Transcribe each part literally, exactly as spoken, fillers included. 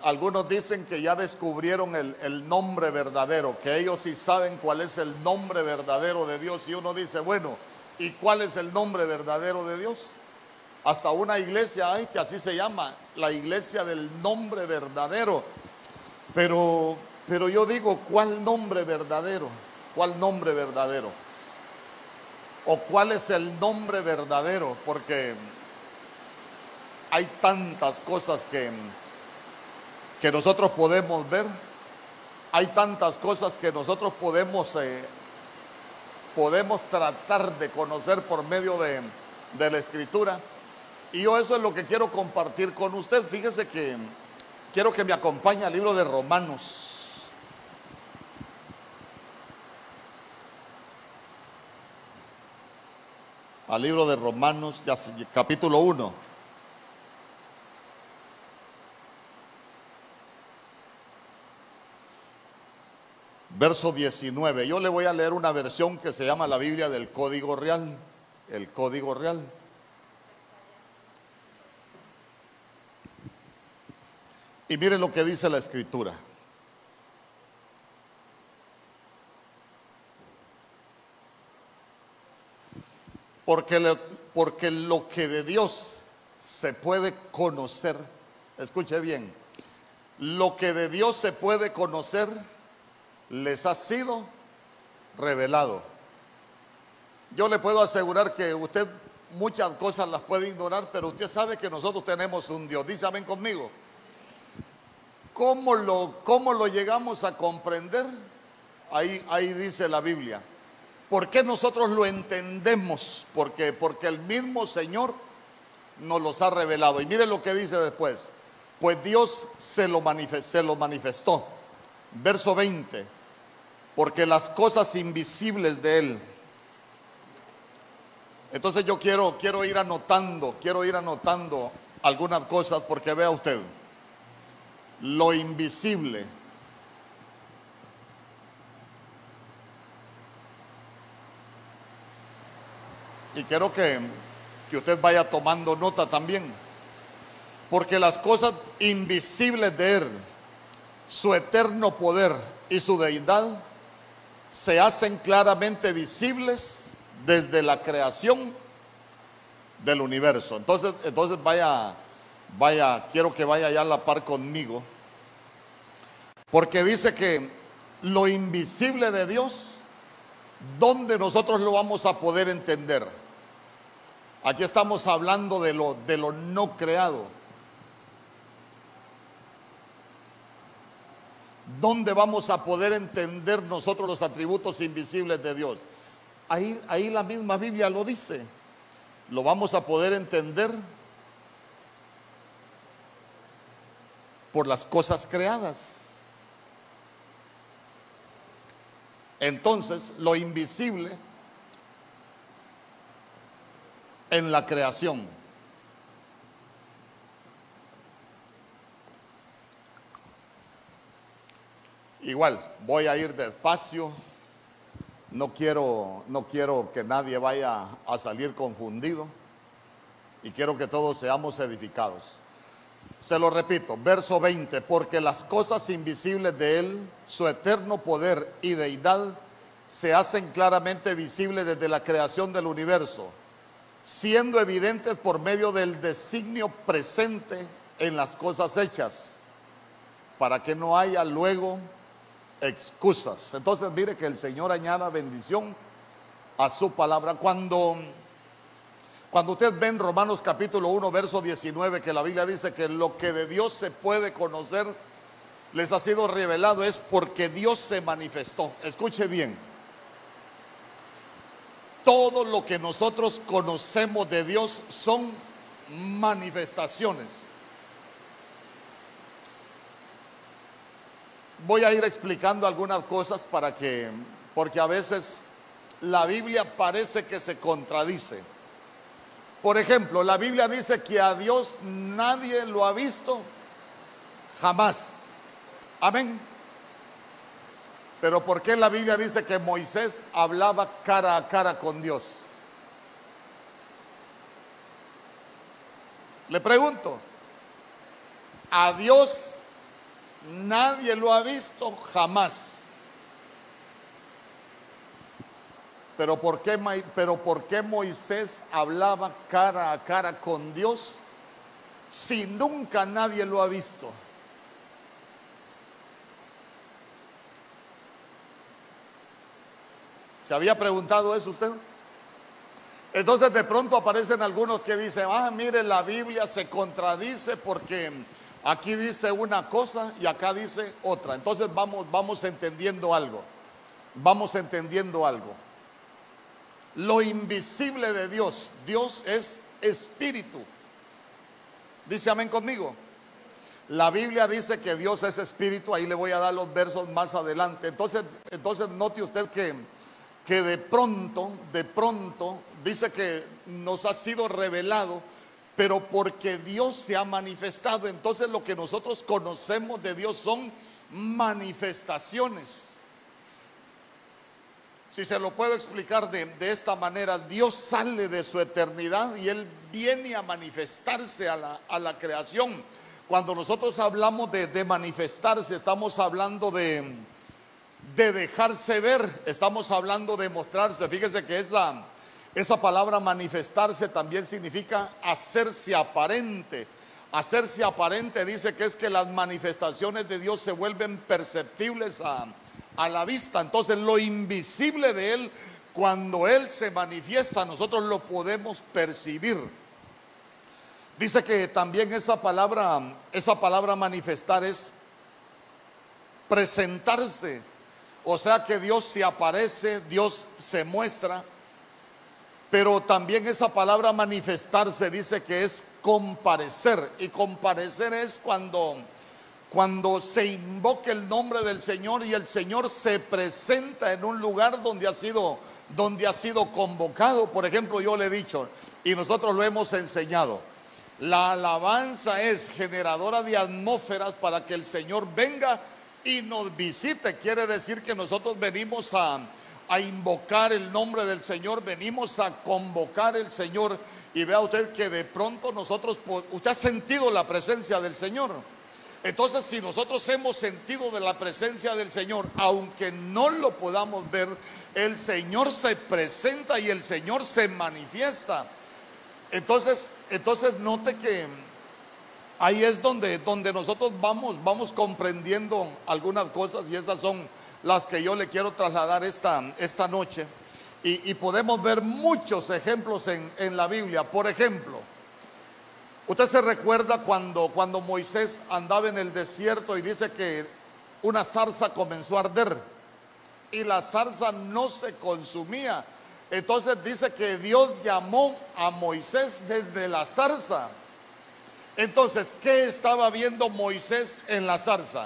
algunos dicen que ya descubrieron el, el nombre verdadero, que ellos sí saben cuál es el nombre verdadero de Dios. Y uno dice, bueno, ¿y cuál es el nombre verdadero de Dios? Hasta una iglesia hay que así se llama, la iglesia del nombre verdadero. Pero, pero yo digo, ¿cuál nombre verdadero? ¿Cuál nombre verdadero? ¿O cuál es el nombre verdadero? Porque hay tantas cosas que, que nosotros podemos ver. Hay tantas cosas que nosotros podemos, eh, podemos tratar de conocer por medio de, de la Escritura. Y yo eso es lo que quiero compartir con usted. Fíjese que quiero que me acompañe al libro de Romanos. Al libro de Romanos, ya, capítulo uno. Verso diecinueve. Yo le voy a leer una versión que se llama la Biblia del Código Real. El Código Real. Y miren lo que dice la Escritura. Porque, le, porque lo que de Dios se puede conocer, escuche bien, lo que de Dios se puede conocer les ha sido revelado. Yo le puedo asegurar que usted muchas cosas las puede ignorar, pero usted sabe que nosotros tenemos un Dios. Dice amén conmigo. ¿Cómo lo, cómo lo llegamos a comprender? Ahí, ahí dice la Biblia. ¿Por qué nosotros lo entendemos? Porque, porque el mismo Señor nos los ha revelado. Y miren lo que dice después. Pues Dios se lo manifestó, se lo manifestó. Verso veinte. Porque las cosas invisibles de Él. Entonces yo quiero, quiero ir anotando, quiero ir anotando algunas cosas porque vea usted. Lo invisible. Y quiero que, que usted vaya tomando nota también. Porque las cosas invisibles de Él, su eterno poder y su deidad, se hacen claramente visibles desde la creación del universo. Entonces, entonces vaya, vaya, quiero que vaya ya a la par conmigo. Porque dice que lo invisible de Dios, ¿dónde nosotros lo vamos a poder entender? Aquí estamos hablando de lo, de lo no creado. ¿Dónde vamos a poder entender nosotros los atributos invisibles de Dios? Ahí, ahí la misma Biblia lo dice. Lo vamos a poder entender por las cosas creadas. Entonces, lo invisible en la creación. Igual, voy a ir despacio. No quiero, no quiero que nadie vaya a salir confundido. Y quiero que todos seamos edificados. Se lo repito, verso veinte. Porque las cosas invisibles de Él, su eterno poder y deidad, se hacen claramente visibles desde la creación del universo, siendo evidentes por medio del designio presente en las cosas hechas, para que no haya luego excusas. Entonces mire que el Señor añada bendición a su palabra. Cuando, cuando usted ve en Romanos capítulo uno, verso diecinueve, que la Biblia dice que lo que de Dios se puede conocer les ha sido revelado, es porque Dios se manifestó. Escuche bien. Todo lo que nosotros conocemos de Dios son manifestaciones. Voy a ir explicando algunas cosas para que, porque a veces la Biblia parece que se contradice. Por ejemplo, la Biblia dice que a Dios nadie lo ha visto jamás. Amén. Pero ¿por qué la Biblia dice que Moisés hablaba cara a cara con Dios? Le pregunto, a Dios nadie lo ha visto jamás. Pero ¿por qué, pero ¿por qué Moisés hablaba cara a cara con Dios si nunca nadie lo ha visto? ¿Se había preguntado eso usted? Entonces de pronto aparecen algunos que dicen, ah, mire, la Biblia se contradice porque aquí dice una cosa y acá dice otra. Entonces vamos, vamos entendiendo algo. Vamos entendiendo algo. Lo invisible de Dios, Dios es espíritu. Dice amén conmigo. La Biblia dice que Dios es espíritu, ahí le voy a dar los versos más adelante. Entonces, entonces note usted que, que de pronto, de pronto, dice que nos ha sido revelado, pero porque Dios se ha manifestado. Entonces lo que nosotros conocemos de Dios son manifestaciones. Si se lo puedo explicar de, de esta manera, Dios sale de su eternidad y Él viene a manifestarse a la, a la creación. Cuando nosotros hablamos de, de manifestarse, estamos hablando de, de dejarse ver, estamos hablando de mostrarse. Fíjese que esa, esa palabra manifestarse también significa hacerse aparente. Hacerse aparente dice que es que las manifestaciones de Dios se vuelven perceptibles a a la vista. Entonces lo invisible de Él, cuando Él se manifiesta, nosotros lo podemos percibir. Dice que también esa palabra, esa palabra manifestar es presentarse. O sea que Dios se aparece, Dios se muestra. Pero también esa palabra manifestarse dice que es comparecer. Y comparecer es cuando Cuando se invoca el nombre del Señor y el Señor se presenta en un lugar donde ha sido, donde ha sido convocado. Por ejemplo, yo le he dicho, y nosotros lo hemos enseñado, la alabanza es generadora de atmósferas para que el Señor venga y nos visite. Quiere decir que nosotros venimos a, a invocar el nombre del Señor, venimos a convocar el Señor. Y vea usted que de pronto nosotros, usted ha sentido la presencia del Señor. Entonces, si nosotros hemos sentido de la presencia del Señor, aunque no lo podamos ver, el Señor se presenta y el Señor se manifiesta. Entonces, entonces note que ahí es donde, donde nosotros vamos, vamos comprendiendo algunas cosas, y esas son las que yo le quiero trasladar esta, esta noche. Y, y podemos ver muchos ejemplos en, en la Biblia. Por ejemplo, usted se recuerda cuando, cuando Moisés andaba en el desierto y dice que una zarza comenzó a arder y la zarza no se consumía. Entonces dice que Dios llamó a Moisés desde la zarza. Entonces, ¿qué estaba viendo Moisés en la zarza?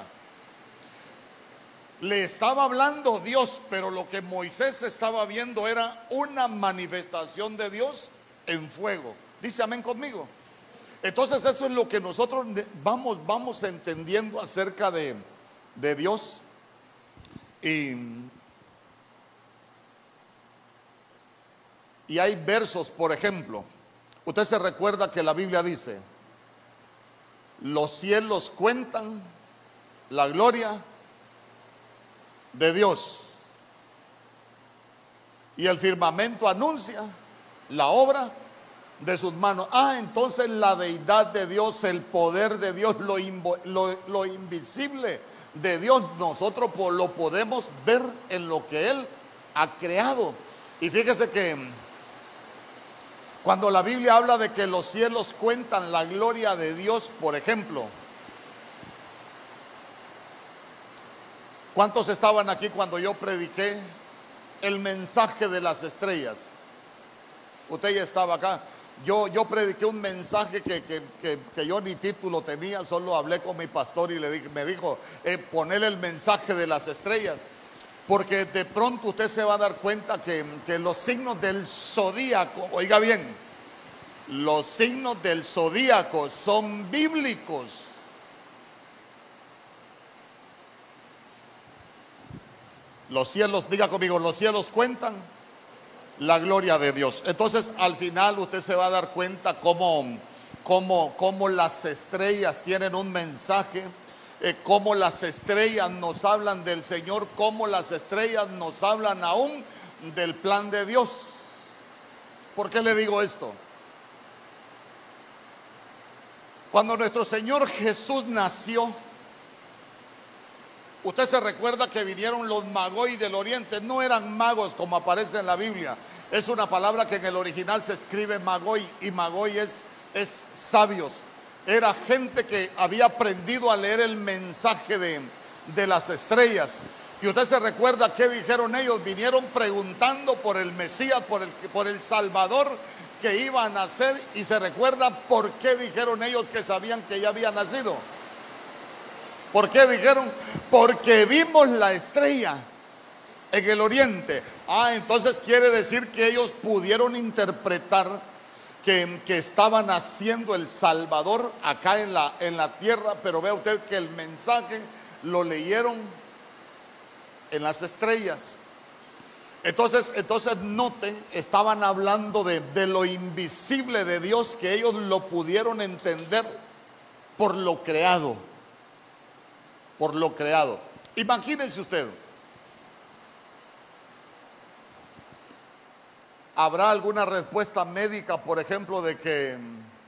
Le estaba hablando Dios, pero lo que Moisés estaba viendo era una manifestación de Dios en fuego. Dice amén conmigo. Entonces eso es lo que nosotros vamos, vamos entendiendo acerca de, de Dios. Y, y hay versos, por ejemplo, usted se recuerda que la Biblia dice, los cielos cuentan la gloria de Dios y el firmamento anuncia la obra de sus manos. Ah, entonces la deidad de Dios, el poder de Dios, lo, invo, lo, lo invisible de Dios, nosotros lo podemos ver en lo que Él ha creado. Y fíjese que cuando la Biblia habla de que los cielos cuentan la gloria de Dios, por ejemplo, ¿cuántos estaban aquí cuando yo prediqué el mensaje de las estrellas? Usted ya estaba acá. Yo, yo prediqué un mensaje que, que, que, que yo ni título tenía, solo hablé con mi pastor y le dije, me dijo, eh, poner el mensaje de las estrellas, porque de pronto usted se va a dar cuenta que, que los signos del zodíaco, oiga bien, los signos del zodíaco son bíblicos. Los cielos, diga conmigo, los cielos cuentan la gloria de Dios. Entonces al final usted se va a dar cuenta cómo, cómo, cómo las estrellas tienen un mensaje. eh, cómo las estrellas nos hablan del Señor, cómo las estrellas nos hablan aún del plan de Dios. ¿Por qué le digo esto? Cuando nuestro Señor Jesús nació, usted se recuerda que vinieron los magoi del oriente. No eran magos como aparece en la Biblia. Es una palabra que en el original se escribe magoi, y magoi es, es sabios. Era gente que había aprendido a leer el mensaje de, de las estrellas. Y usted se recuerda qué dijeron ellos. Vinieron preguntando por el Mesías, por el, por el Salvador que iba a nacer. Y se recuerda por qué dijeron ellos que sabían que ya había nacido. ¿Por qué dijeron? Porque vimos la estrella en el oriente. Ah, entonces quiere decir que ellos pudieron interpretar que, que estaba naciendo el Salvador acá en la, en la tierra. Pero vea usted que el mensaje lo leyeron en las estrellas. Entonces, entonces note, estaban hablando de, de lo invisible de Dios, que ellos lo pudieron entender por lo creado. Por lo creado. Imagínense usted, ¿habrá alguna respuesta médica, por ejemplo, de que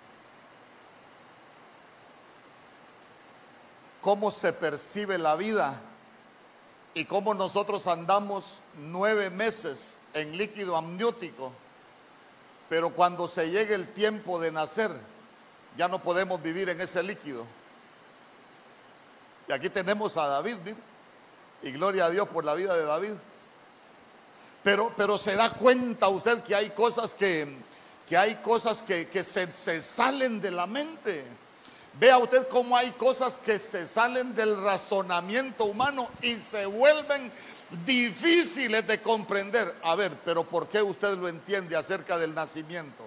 cómo se percibe la vida y cómo nosotros andamos nueve meses en líquido amniótico, pero cuando se llegue el tiempo de nacer, ya no podemos vivir en ese líquido? Y aquí tenemos a David, mire, y gloria a Dios por la vida de David. Pero, pero se da cuenta usted que hay cosas que, que hay cosas que, que se, se salen de la mente. Vea usted cómo hay cosas que se salen del razonamiento humano y se vuelven difíciles de comprender. A ver, pero ¿por qué usted lo entiende acerca del nacimiento?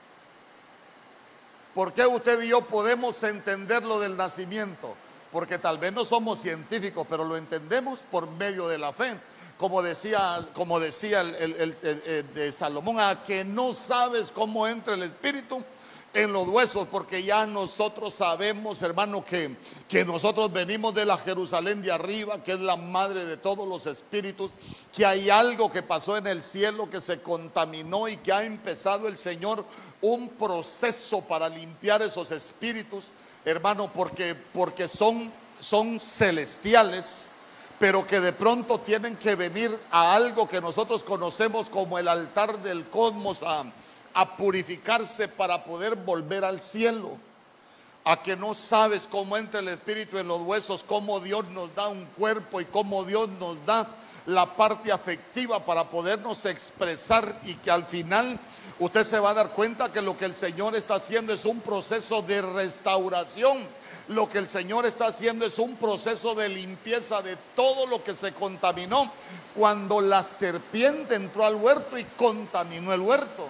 ¿Por qué usted y yo podemos entender lo del nacimiento? Porque tal vez no somos científicos, pero lo entendemos por medio de la fe. Como decía, como decía el, el, el, el, el de Salomón, a que no sabes cómo entra el espíritu en los huesos, porque ya nosotros sabemos, hermano, que, que nosotros venimos de la Jerusalén de arriba, que es la madre de todos los espíritus, que hay algo que pasó en el cielo que se contaminó y que ha empezado el Señor un proceso para limpiar esos espíritus, hermano, porque, porque son, son celestiales, pero que de pronto tienen que venir a algo que nosotros conocemos como el altar del cosmos, a, a purificarse para poder volver al cielo. A que no sabes cómo entra el espíritu en los huesos, cómo Dios nos da un cuerpo y cómo Dios nos da la parte afectiva para podernos expresar, y que al final usted se va a dar cuenta que lo que el Señor está haciendo es un proceso de restauración. Lo que el Señor está haciendo es un proceso de limpieza de todo lo que se contaminó cuando la serpiente entró al huerto y contaminó el huerto.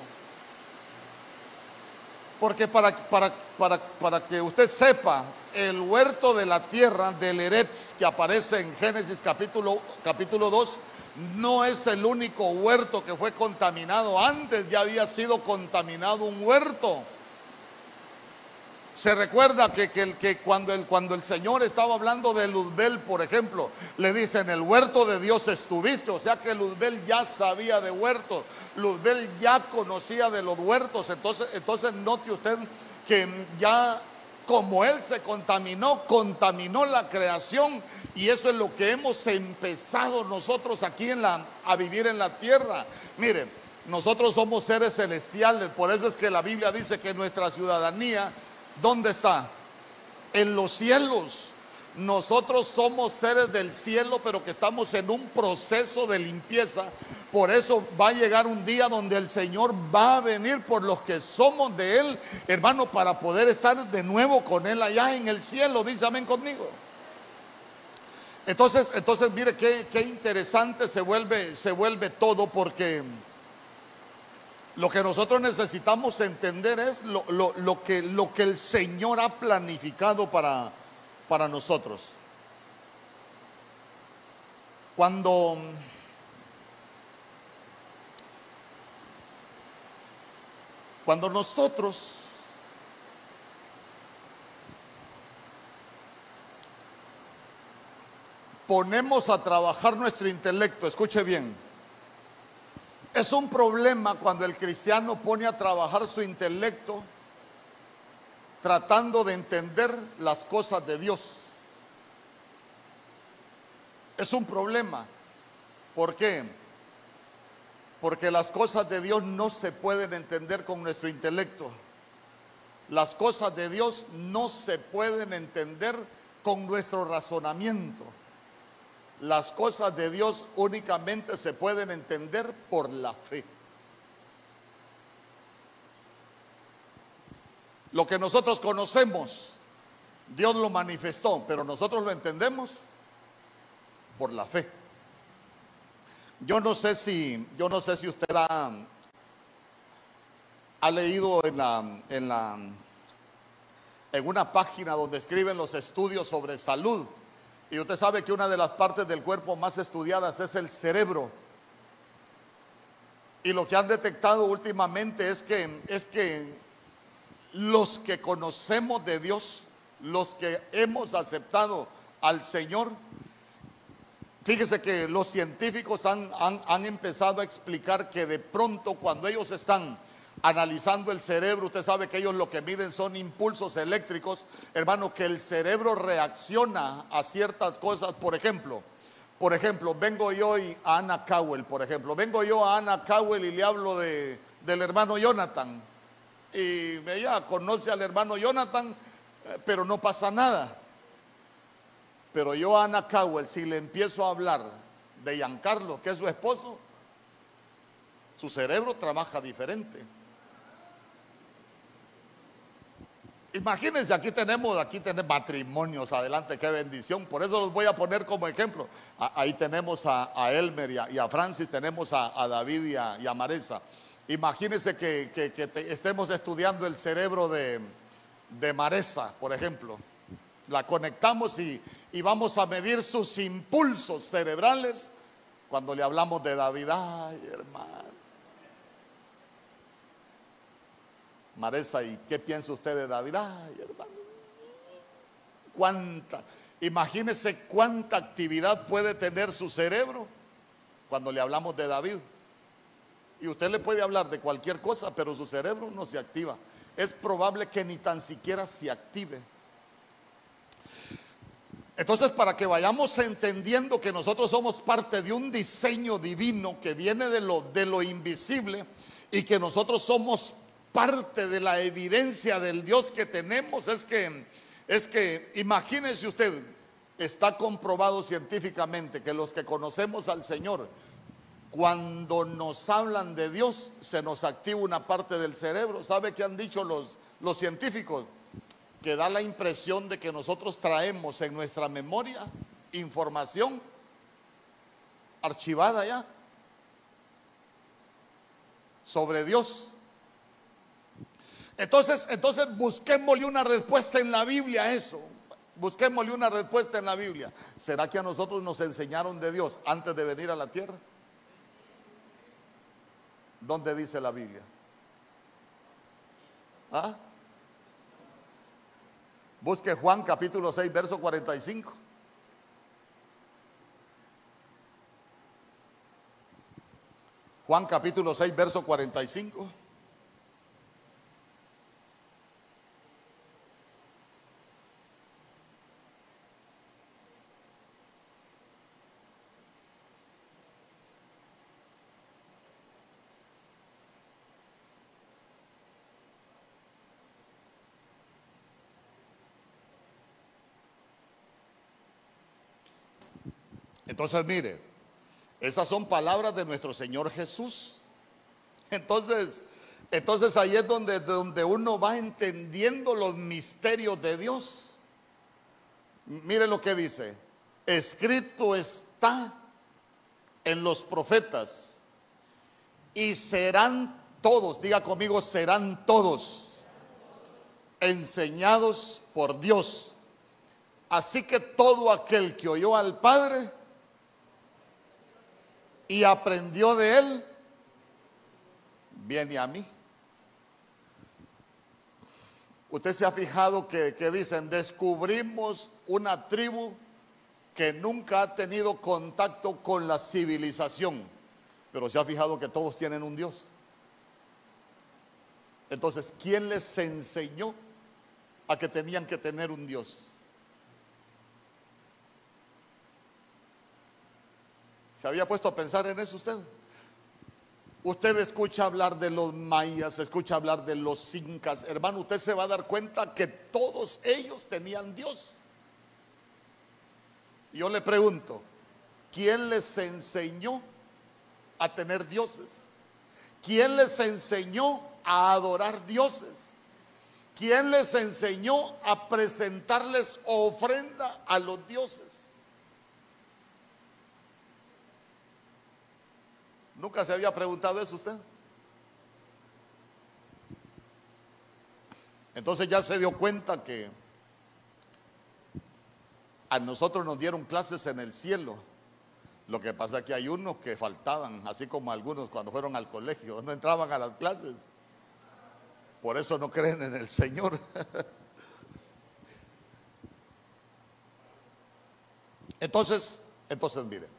Porque para, para, para, para que usted sepa, el huerto de la tierra del Eretz que aparece en Génesis capítulo, capítulo dos, no es el único huerto que fue contaminado. Antes ya había sido contaminado un huerto. Se recuerda que, que, que cuando, el, cuando el Señor estaba hablando de Luzbel, por ejemplo, le dice: en el huerto de Dios estuviste. O sea que Luzbel ya sabía de huertos, Luzbel ya conocía de los huertos. Entonces, entonces note usted que ya como él se contaminó, contaminó la creación. Y eso es lo que hemos empezado nosotros aquí en la, a vivir en la tierra. Mire, nosotros somos seres celestiales. Por eso es que la Biblia dice que nuestra ciudadanía, ¿dónde está? En los cielos. Nosotros somos seres del cielo, pero que estamos en un proceso de limpieza. Por eso va a llegar un día donde el Señor va a venir por los que somos de Él, hermano, para poder estar de nuevo con Él allá en el cielo. Dice amén conmigo. Entonces, entonces mire qué, qué interesante se vuelve, se vuelve todo, porque lo que nosotros necesitamos entender es lo, lo, lo, que, lo que el Señor ha planificado para, para nosotros. Cuando, cuando nosotros ponemos a trabajar nuestro intelecto, escuche bien, es un problema cuando el cristiano pone a trabajar su intelecto tratando de entender las cosas de Dios. Es un problema. ¿Por qué? Porque las cosas de Dios no se pueden entender con nuestro intelecto. Las cosas de Dios no se pueden entender con nuestro razonamiento. Las cosas de Dios únicamente se pueden entender por la fe. Lo que nosotros conocemos, Dios lo manifestó, pero nosotros lo entendemos por la fe. Yo no sé si, yo no sé si usted ha, ha leído en la, en la, en una página donde escriben los estudios sobre salud. Y usted sabe que una de las partes del cuerpo más estudiadas es el cerebro. Y lo que han detectado últimamente es que, es que los que conocemos de Dios, los que hemos aceptado al Señor, fíjese que los científicos han, han, han empezado a explicar que de pronto cuando ellos están analizando el cerebro, usted sabe que ellos lo que miden son impulsos eléctricos, hermano, que el cerebro reacciona a ciertas cosas. Por ejemplo, por ejemplo, vengo yo y a Anna Cowell, por ejemplo, vengo yo a Anna Cowell y le hablo de, del hermano Jonathan, y ella conoce al hermano Jonathan, pero no pasa nada. Pero yo a Anna Cowell, si le empiezo a hablar de Giancarlo, que es su esposo, su cerebro trabaja diferente. Imagínense, aquí tenemos, aquí tenemos matrimonios, adelante, qué bendición. Por eso los voy a poner como ejemplo. Ahí tenemos a, a Elmer y a, y a Francis, tenemos a, a David y a, y a Maresa. Imagínense que, que, que te, estemos estudiando el cerebro de, de Maresa, por ejemplo. La conectamos y, y vamos a medir sus impulsos cerebrales cuando le hablamos de David. Ay, hermano. Maresa, ¿y qué piensa usted de David? Ay, hermano. ¿Cuánta? Imagínese cuánta actividad puede tener su cerebro cuando le hablamos de David. Y usted le puede hablar de cualquier cosa, pero su cerebro no se activa. Es probable que ni tan siquiera se active. Entonces, para que vayamos entendiendo que nosotros somos parte de un diseño divino que viene de lo, de lo invisible, y que nosotros somos parte de la evidencia del Dios que tenemos, es que, es que imagínese usted, está comprobado científicamente que los que conocemos al Señor, cuando nos hablan de Dios, se nos activa una parte del cerebro. ¿Sabe qué han dicho los, los científicos? Que da la impresión de que nosotros traemos en nuestra memoria información archivada ya sobre Dios. Entonces, entonces busquémosle una respuesta en la Biblia a eso. Busquémosle una respuesta en la Biblia. ¿Será que a nosotros nos enseñaron de Dios antes de venir a la tierra? ¿Dónde dice la Biblia? ¿Ah? Busque Juan capítulo seis, verso cuarenta y cinco. Juan capítulo seis, verso cuarenta y cinco. Entonces, mire, esas son palabras de nuestro Señor Jesús. Entonces, entonces ahí es donde, donde uno va entendiendo los misterios de Dios. Mire lo que dice: escrito está en los profetas, y serán todos, diga conmigo, serán todos enseñados por Dios. Así que todo aquel que oyó al Padre y aprendió de él, viene a mí. Usted se ha fijado que, que dicen, descubrimos una tribu que nunca ha tenido contacto con la civilización, pero se ha fijado que todos tienen un Dios. Entonces, ¿quién les enseñó a que tenían que tener un Dios? ¿Se había puesto a pensar en eso usted? Usted escucha hablar de los mayas, escucha hablar de los incas. Hermano, usted se va a dar cuenta que todos ellos tenían Dios. Yo le pregunto, ¿quién les enseñó a tener dioses? ¿Quién les enseñó a adorar dioses? ¿Quién les enseñó a presentarles ofrenda a los dioses? ¿Nunca se había preguntado eso usted? Entonces ya se dio cuenta que a nosotros nos dieron clases en el cielo. Lo que pasa es que hay unos que faltaban, así como algunos cuando fueron al colegio, no entraban a las clases. Por eso no creen en el Señor. Entonces, entonces mire,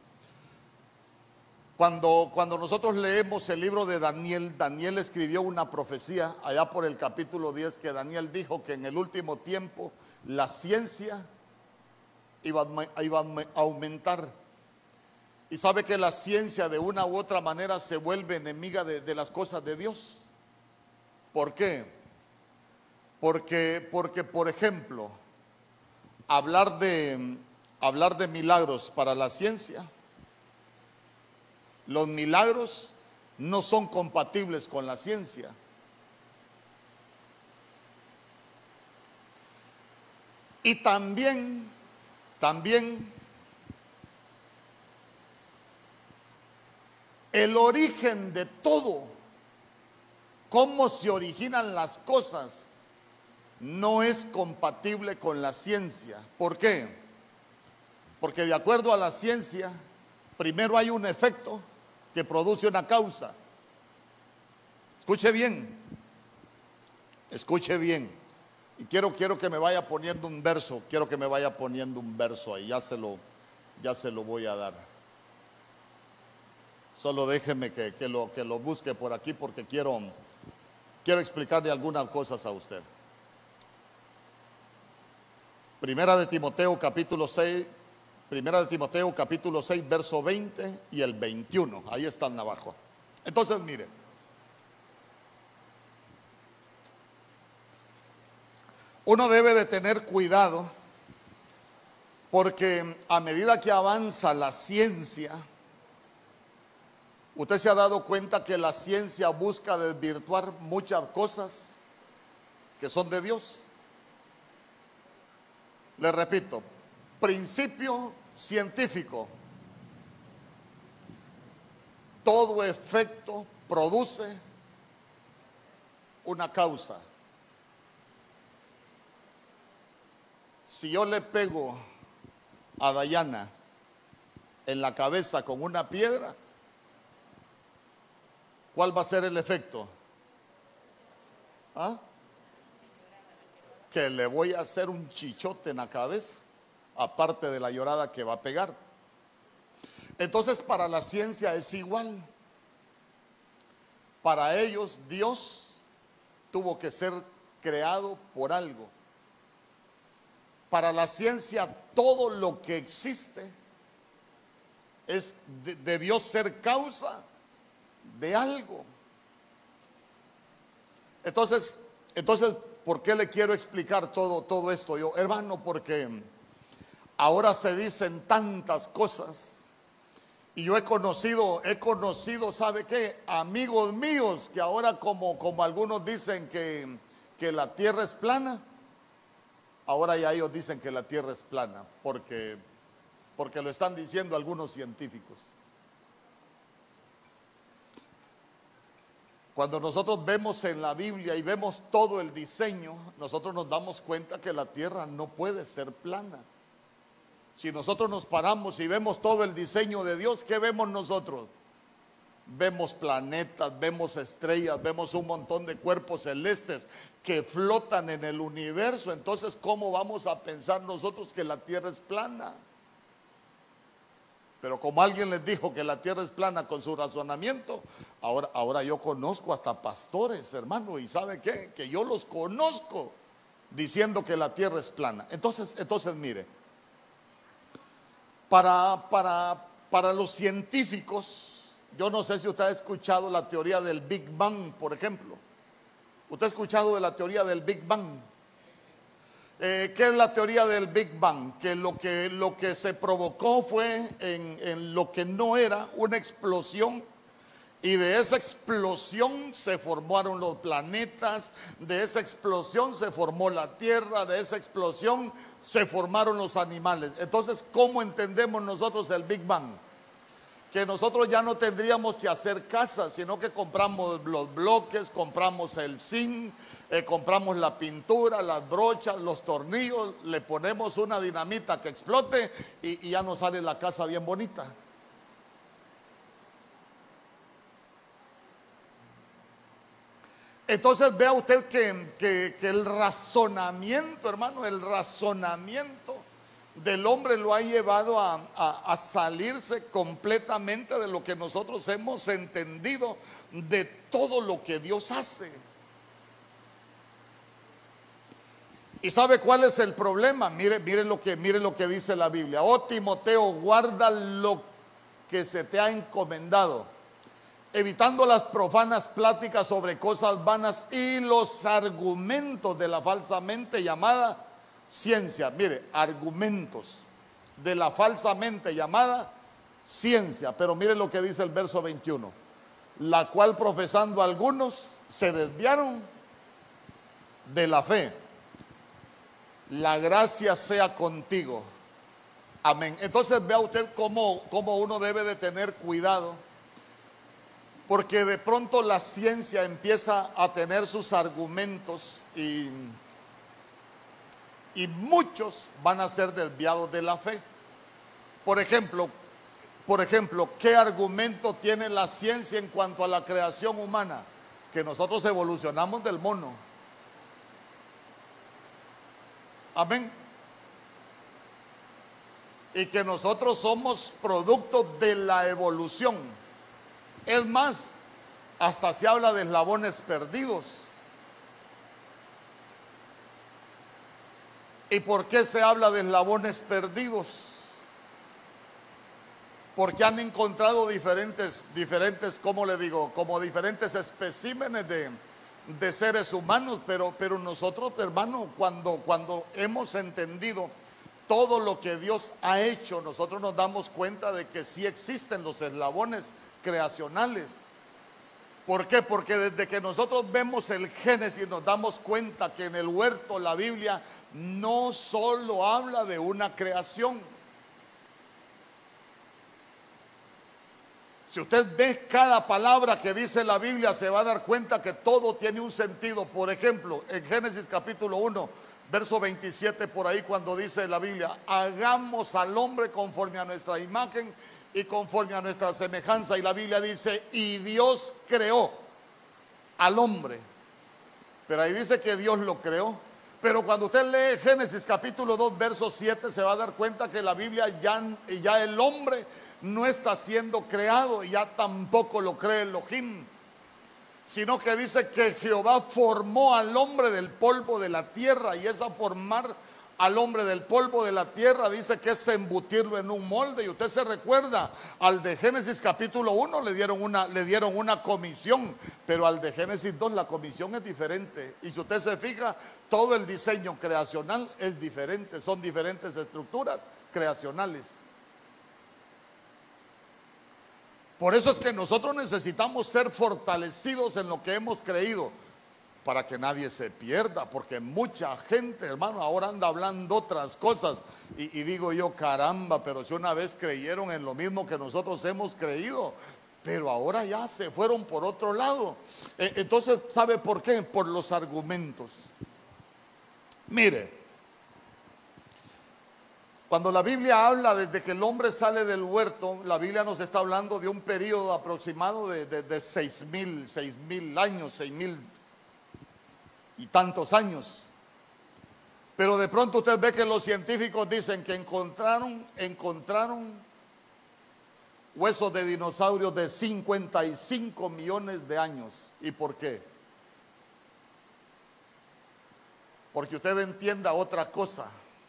cuando, cuando nosotros leemos el libro de Daniel, Daniel escribió una profecía allá por el capítulo diez, que Daniel dijo que en el último tiempo la ciencia iba a, iba a aumentar. Y sabe que la ciencia de una u otra manera se vuelve enemiga de, de las cosas de Dios. ¿Por qué? Porque, porque por ejemplo, hablar de, hablar de milagros para la ciencia, los milagros no son compatibles con la ciencia. Y también, también, el origen de todo, cómo se originan las cosas, no es compatible con la ciencia. ¿Por qué? Porque de acuerdo a la ciencia, primero hay un efecto que produce una causa. Escuche bien, escuche bien. Y quiero, quiero que me vaya poniendo un verso, quiero que me vaya poniendo un verso ahí, ya se lo, ya se lo voy a dar. Solo déjeme que, que, lo, que lo busque por aquí porque quiero, quiero explicarle algunas cosas a usted. Primera de Timoteo capítulo seis, Primera de Timoteo capítulo seis, verso veinte y el veintiuno, ahí están abajo. Entonces mire, uno debe de tener cuidado porque a medida que avanza la ciencia, usted se ha dado cuenta que la ciencia busca desvirtuar muchas cosas que son de Dios. Le repito, principio científico: todo efecto produce una causa. Si yo le pego a Dayana en la cabeza con una piedra, ¿cuál va a ser el efecto? ¿Ah? Que le voy a hacer un chichote en la cabeza, aparte de la llorada que va a pegar. Entonces, para la ciencia es igual. Para ellos, Dios tuvo que ser creado por algo. Para la ciencia, todo lo que existe es, de, debió ser causa de algo. Entonces, entonces, ¿por qué le quiero explicar todo, todo esto yo, hermano? Porque ahora se dicen tantas cosas y yo he conocido, he conocido, ¿sabe qué? Amigos míos que ahora como, como algunos dicen que, que la tierra es plana, ahora ya ellos dicen que la tierra es plana porque, porque lo están diciendo algunos científicos. Cuando nosotros vemos en la Biblia y vemos todo el diseño, nosotros nos damos cuenta que la tierra no puede ser plana. Si nosotros nos paramos y vemos todo el diseño de Dios, ¿qué vemos nosotros? Vemos planetas, vemos estrellas, vemos un montón de cuerpos celestes que flotan en el universo. Entonces, ¿cómo vamos a pensar nosotros que la tierra es plana? Pero como alguien les dijo que la tierra es plana con su razonamiento, ahora, ahora yo conozco hasta pastores, hermano, y ¿sabe qué? Que yo los conozco diciendo que la tierra es plana. Entonces, entonces mire, para, para, para los científicos, yo no sé si usted ha escuchado la teoría del Big Bang, por ejemplo. ¿Usted ha escuchado de la teoría del Big Bang? Eh, ¿Qué es la teoría del Big Bang? Que lo que, lo que se provocó fue en, en lo que no era una explosión, y de esa explosión se formaron los planetas, de esa explosión se formó la Tierra, de esa explosión se formaron los animales. Entonces, ¿cómo entendemos nosotros el Big Bang? Que nosotros ya no tendríamos que hacer casas, sino que compramos los bloques, compramos el zinc, eh, compramos la pintura, las brochas, los tornillos, le ponemos una dinamita que explote y, y ya nos sale la casa bien bonita. Entonces vea usted que, que, que el razonamiento, hermano, el razonamiento del hombre lo ha llevado a, a, a salirse completamente de lo que nosotros hemos entendido de todo lo que Dios hace. ¿Y sabe cuál es el problema? Mire, mire lo que, mire lo que dice la Biblia. Oh Timoteo, guarda lo que se te ha encomendado, evitando las profanas pláticas sobre cosas vanas y los argumentos de la falsamente llamada ciencia. Mire, argumentos de la falsamente llamada ciencia. Pero mire lo que dice el verso veintiuno, la cual profesando algunos se desviaron de la fe. La gracia sea contigo. Amén. Entonces vea usted cómo, cómo uno debe de tener cuidado, porque de pronto la ciencia empieza a tener sus argumentos y, y muchos van a ser desviados de la fe. Por ejemplo, por ejemplo, ¿qué argumento tiene la ciencia en cuanto a la creación humana? Que nosotros evolucionamos del mono. Amén. Y que nosotros somos producto de la evolución. Es más, hasta se habla de eslabones perdidos. ¿Y por qué se habla de eslabones perdidos? Porque han encontrado diferentes, diferentes, ¿cómo le digo? Como diferentes especímenes de, de seres humanos, pero, pero nosotros, hermano, cuando, cuando hemos entendido todo lo que Dios ha hecho, nosotros nos damos cuenta de que sí existen los eslabones creacionales. ¿Por qué? Porque desde que nosotros vemos el Génesis nos damos cuenta que en el huerto la Biblia no solo habla de una creación. Si usted ve cada palabra que dice la Biblia, se va a dar cuenta que todo tiene un sentido. Por ejemplo, en Génesis capítulo uno, verso veintisiete, por ahí cuando dice la Biblia, hagamos al hombre conforme a nuestra imagen y conforme a nuestra semejanza. Y la Biblia dice, y Dios creó al hombre. Pero ahí dice que Dios lo creó. Pero cuando usted lee Génesis capítulo dos, verso siete, se va a dar cuenta que la Biblia ya, ya el hombre no está siendo creado, ya tampoco lo cree Elohim, sino que dice que Jehová formó al hombre del polvo de la tierra, y esa formar al hombre del polvo de la tierra dice que es embutirlo en un molde. Y usted se recuerda, al de Génesis capítulo uno le dieron una, le dieron una comisión, pero al de Génesis dos la comisión es diferente. Y si usted se fija, todo el diseño creacional es diferente, son diferentes estructuras creacionales. Por eso es que nosotros necesitamos ser fortalecidos en lo que hemos creído, para que nadie se pierda, porque mucha gente, hermano, ahora anda hablando otras cosas, y, y digo yo, caramba, pero si una vez creyeron en lo mismo que nosotros hemos creído, pero ahora ya se fueron por otro lado. Eh, entonces, ¿sabe por qué? Por los argumentos. Mire, cuando la Biblia habla desde que el hombre sale del huerto, la Biblia nos está hablando de un periodo aproximado de, de, de seis mil, seis mil años, seis mil y tantos años. Pero de pronto usted ve que los científicos dicen que encontraron, encontraron huesos de dinosaurios de cincuenta y cinco millones de años. ¿Y por qué? Porque usted entienda otra cosa.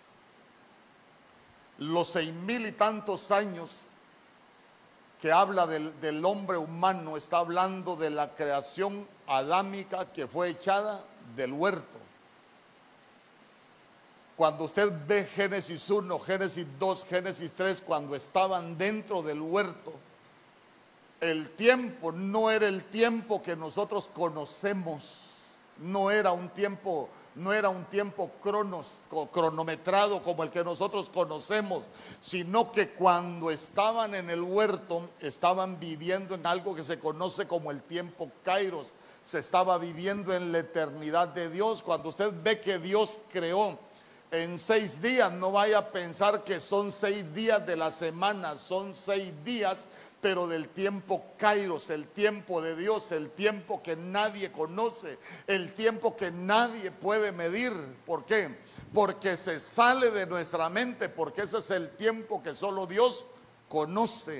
Los seis mil y tantos años que habla del, del hombre humano está hablando de la creación adámica que fue echada del huerto. Cuando usted ve Génesis uno, Génesis dos, Génesis tres, cuando estaban dentro del huerto, el tiempo no era el tiempo que nosotros conocemos, no era un tiempo, no era un tiempo cronos, cronometrado como el que nosotros conocemos, sino que cuando estaban en el huerto, estaban viviendo en algo que se conoce como el tiempo Kairos. Se estaba viviendo en la eternidad de Dios. Cuando usted ve que Dios creó en seis días, no vaya a pensar que son seis días de la semana, son seis días, pero del tiempo Kairos, el tiempo de Dios, el tiempo que nadie conoce, el tiempo que nadie puede medir. ¿Por qué? Porque se sale de nuestra mente, porque ese es el tiempo que solo Dios conoce.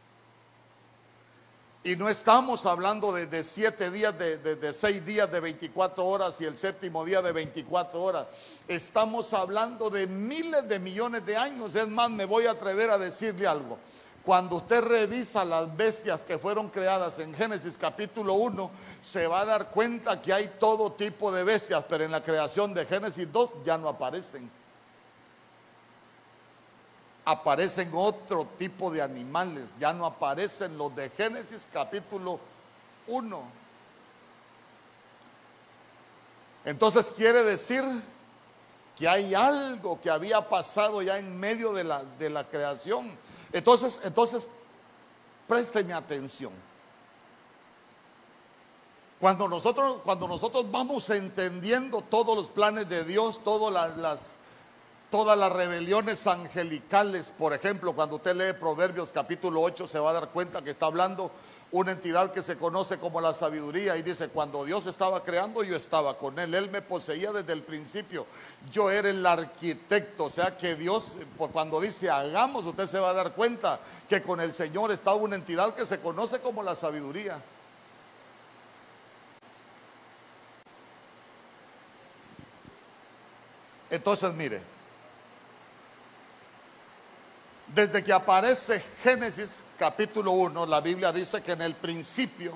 Y no estamos hablando de, de siete días, de, de, de seis días de veinticuatro horas y el séptimo día de veinticuatro horas. Estamos hablando de miles de millones de años. Es más, me voy a atrever a decirle algo. Cuando usted revisa las bestias que fueron creadas en Génesis capítulo uno, se va a dar cuenta que hay todo tipo de bestias, pero en la creación de Génesis dos ya no aparecen. Aparecen otro tipo de animales, ya no aparecen los de Génesis capítulo uno. Entonces quiere decir que hay algo que había pasado ya en medio de la, de la creación. Entonces, entonces, présteme atención. Cuando nosotros, cuando nosotros vamos entendiendo todos los planes de Dios, todas las, las Todas las rebeliones angelicales, por ejemplo, cuando usted lee Proverbios capítulo ocho, se va a dar cuenta que está hablando una entidad que se conoce como la sabiduría, y dice: cuando Dios estaba creando, yo estaba con él, él me poseía desde el principio, yo era el arquitecto. O sea que Dios, cuando dice hagamos, usted se va a dar cuenta que con el Señor estaba una entidad que se conoce como la sabiduría. Entonces, mire, desde que aparece Génesis capítulo uno, la Biblia dice que en el principio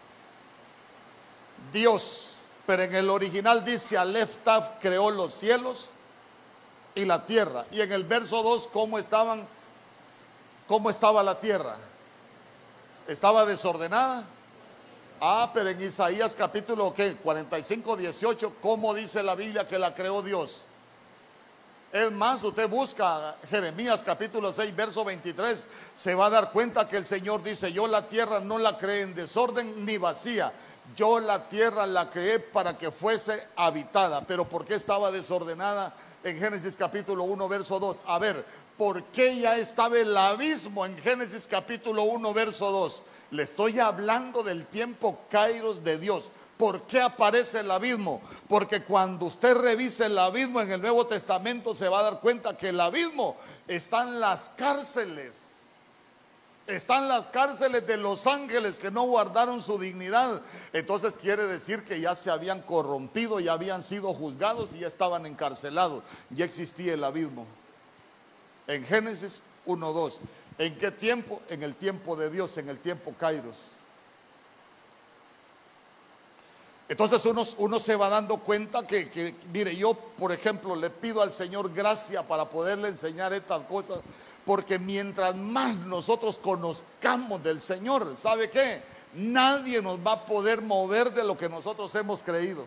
Dios, pero en el original dice Aleph Tav, creó los cielos y la tierra. Y en el verso dos, ¿cómo estaban? ¿Cómo estaba la tierra? ¿Estaba desordenada? Ah, pero en Isaías capítulo ¿qué? cuarenta y cinco, dieciocho, ¿cómo dice la Biblia que la creó Dios? Es más, usted busca Jeremías capítulo seis, verso veintitrés, se va a dar cuenta que el Señor dice: yo la tierra no la creé en desorden ni vacía, yo la tierra la creé para que fuese habitada. Pero ¿por qué estaba desordenada en Génesis capítulo uno, verso dos? A ver, ¿por qué ya estaba el abismo en Génesis capítulo uno, verso dos? Le estoy hablando del tiempo Kairos de Dios. ¿Por qué aparece el abismo? Porque cuando usted revise el abismo en el Nuevo Testamento, se va a dar cuenta que el abismo está en las cárceles. Están las cárceles de los ángeles que no guardaron su dignidad. Entonces quiere decir que ya se habían corrompido, ya habían sido juzgados y ya estaban encarcelados. Ya existía el abismo. En Génesis uno, dos. ¿En qué tiempo? En el tiempo de Dios, en el tiempo Kairos. Entonces uno, uno se va dando cuenta que, que, mire, yo por ejemplo le pido al Señor gracia para poderle enseñar estas cosas, porque mientras más nosotros conozcamos del Señor, ¿sabe qué? Nadie nos va a poder mover de lo que nosotros hemos creído.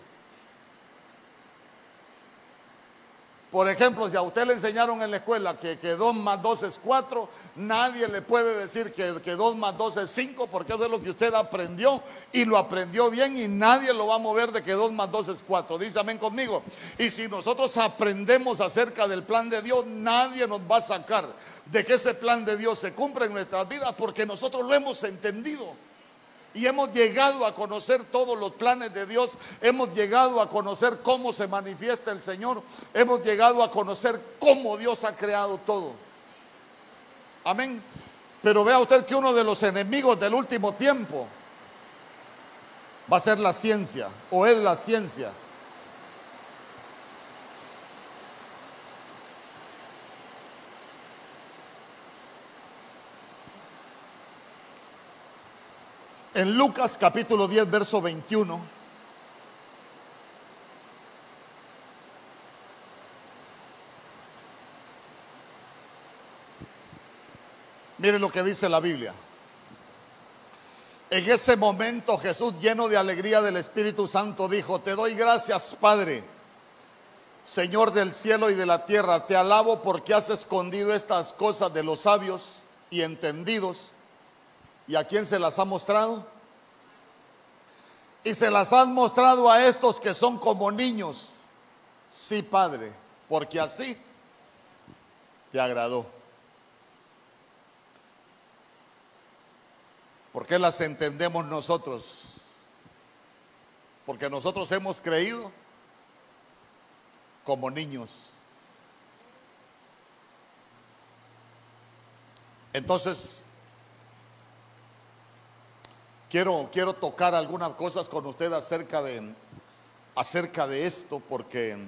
Por ejemplo, si a usted le enseñaron en la escuela que, que dos más dos es cuatro, nadie le puede decir que, que dos más dos es cinco, porque eso es lo que usted aprendió y lo aprendió bien, y nadie lo va a mover de que dos más dos es cuatro. Dice amén conmigo. Y si nosotros aprendemos acerca del plan de Dios, nadie nos va a sacar de que ese plan de Dios se cumpla en nuestras vidas, porque nosotros lo hemos entendido. Y hemos llegado a conocer todos los planes de Dios. Hemos llegado a conocer cómo se manifiesta el Señor. Hemos llegado a conocer cómo Dios ha creado todo. Amén. Pero vea usted que uno de los enemigos del último tiempo va a ser la ciencia, o es la ciencia. En Lucas capítulo diez, verso veintiuno. Miren lo que dice la Biblia. En ese momento Jesús, lleno de alegría del Espíritu Santo, dijo: te doy gracias, Padre, Señor del cielo y de la tierra. Te alabo porque has escondido estas cosas de los sabios y entendidos. ¿Y a quién se las ha mostrado? Y se las han mostrado a estos que son como niños. Sí, Padre, porque así te agradó. ¿Por qué las entendemos nosotros? Porque nosotros hemos creído como niños. Entonces, quiero, quiero tocar algunas cosas con usted acerca de, acerca de esto, porque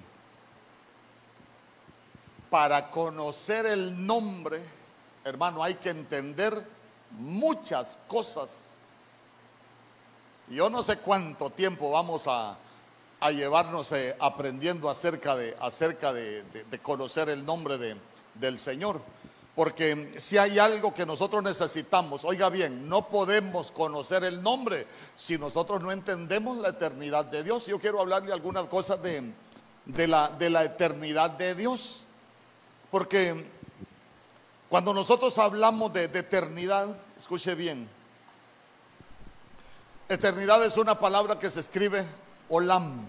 para conocer el nombre, hermano, hay que entender muchas cosas. Yo no sé cuánto tiempo vamos a, a llevarnos eh, aprendiendo acerca de, acerca de, de, de conocer el nombre de, del Señor. Porque si hay algo que nosotros necesitamos, oiga bien, no podemos conocer el nombre si nosotros no entendemos la eternidad de Dios. Yo quiero hablarle algunas cosas de, de, la, de la eternidad de Dios. Porque cuando nosotros hablamos de, de eternidad, escuche bien, eternidad es una palabra que se escribe olam.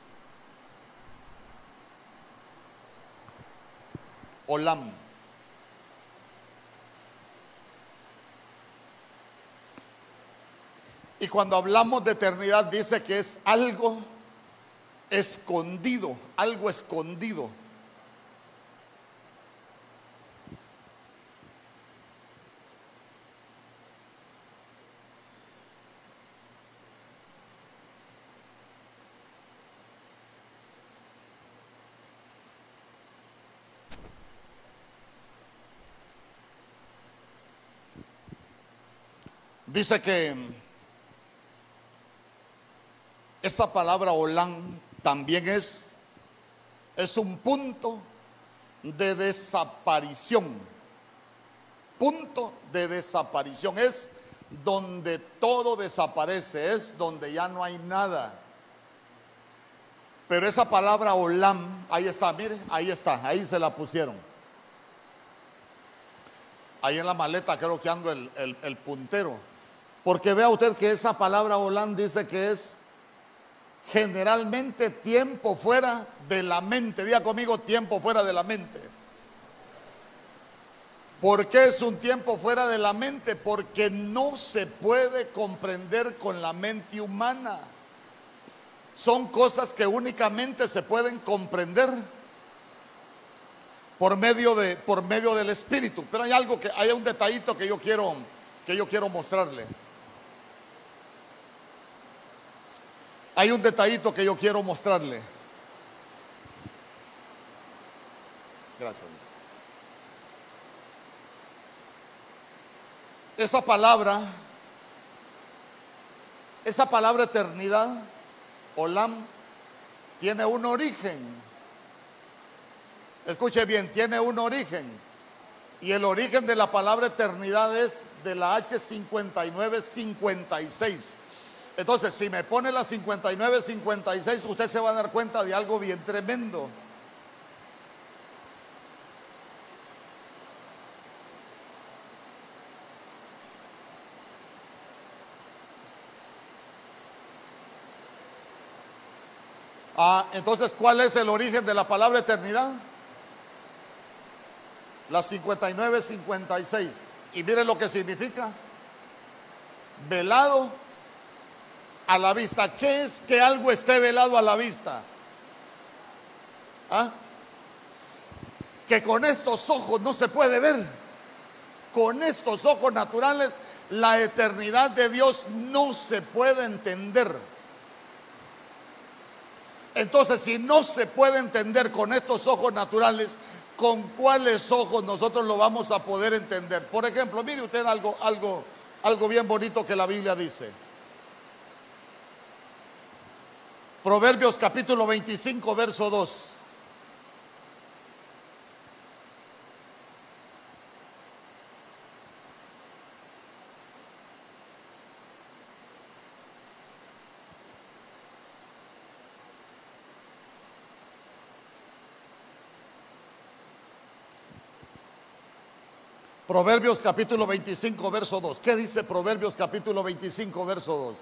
Olam. Y cuando hablamos de eternidad dice que es algo escondido, algo escondido. Dice que esa palabra olam también es, es un punto de desaparición. Punto de desaparición. Es donde todo desaparece, es donde ya no hay nada. Pero esa palabra olam, ahí está, mire, ahí está, ahí se la pusieron. Ahí en la maleta creo que ando el, el, el puntero. Porque vea usted que esa palabra olam dice que es generalmente tiempo fuera de la mente. Diga conmigo, tiempo fuera de la mente. ¿Por qué es un tiempo fuera de la mente? Porque no se puede comprender con la mente humana. Son cosas que únicamente se pueden comprender por medio de, por medio del Espíritu. Pero hay algo que, hay un detallito que yo quiero, que yo quiero mostrarle. Hay un detallito que yo quiero mostrarle. Gracias. Esa palabra, esa palabra eternidad, olam, tiene un origen. Escuche bien, tiene un origen. Y el origen de la palabra eternidad es de la H cincuenta y nueve cincuenta y seis. Entonces, si me pone la cincuenta y nueve cincuenta y seis, usted se va a dar cuenta de algo bien tremendo. Ah, entonces, ¿cuál es el origen de la palabra eternidad? La cincuenta y nueve cincuenta y seis. Y miren lo que significa. Velado a la vista. ¿Qué es que algo esté velado a la vista? ¿Ah? Que con estos ojos no se puede ver. con estos ojos naturales, la eternidad de Dios no se puede entender. Entonces, si no se puede entender con estos ojos naturales, ¿con cuáles ojos nosotros lo vamos a poder entender? Por ejemplo, mire usted algo, algo, algo bien bonito que la Biblia dice. Proverbios capítulo veinticinco, verso dos. Proverbios capítulo veinticinco, verso dos. ¿Qué dice Proverbios capítulo veinticinco, verso dos?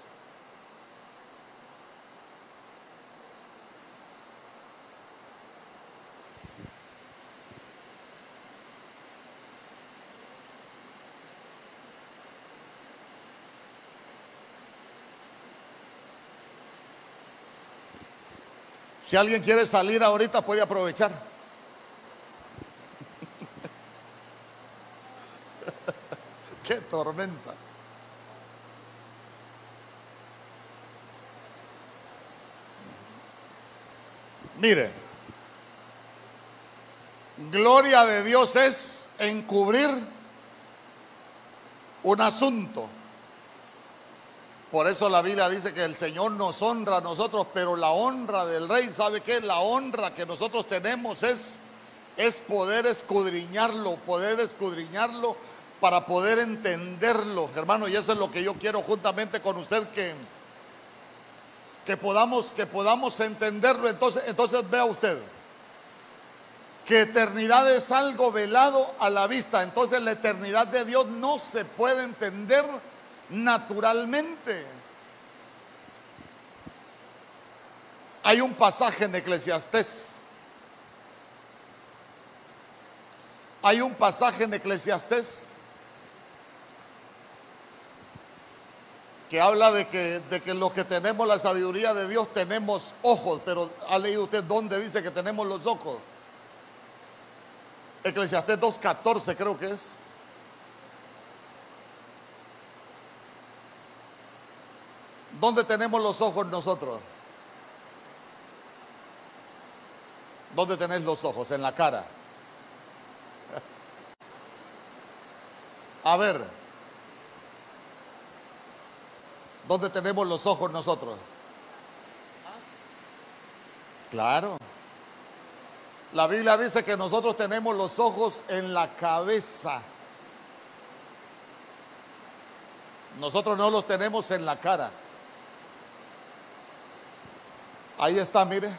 Si alguien quiere salir ahorita puede aprovechar. ¡Qué tormenta! Mire, gloria de Dios es encubrir un asunto. Por eso la Biblia dice que el Señor nos honra a nosotros, pero la honra del Rey, ¿sabe qué? La honra que nosotros tenemos es, es poder escudriñarlo, poder escudriñarlo para poder entenderlo, hermano, y eso es lo que yo quiero juntamente con usted, que, que, podamos, que podamos entenderlo. Entonces, entonces vea usted, que eternidad es algo velado a la vista. Entonces la eternidad de Dios no se puede entender naturalmente. Hay un pasaje en Eclesiastés, hay un pasaje en Eclesiastés que habla de que, de que los que tenemos la sabiduría de Dios tenemos ojos, pero ¿ha leído usted dónde dice que tenemos los ojos? Eclesiastés dos catorce creo que es. ¿Dónde tenemos los ojos nosotros? ¿Dónde tenés los ojos? En la cara. A ver, ¿dónde tenemos los ojos nosotros? Claro. La Biblia dice que nosotros tenemos los ojos en la cabeza. Nosotros no los tenemos en la cara. Ahí está, mire.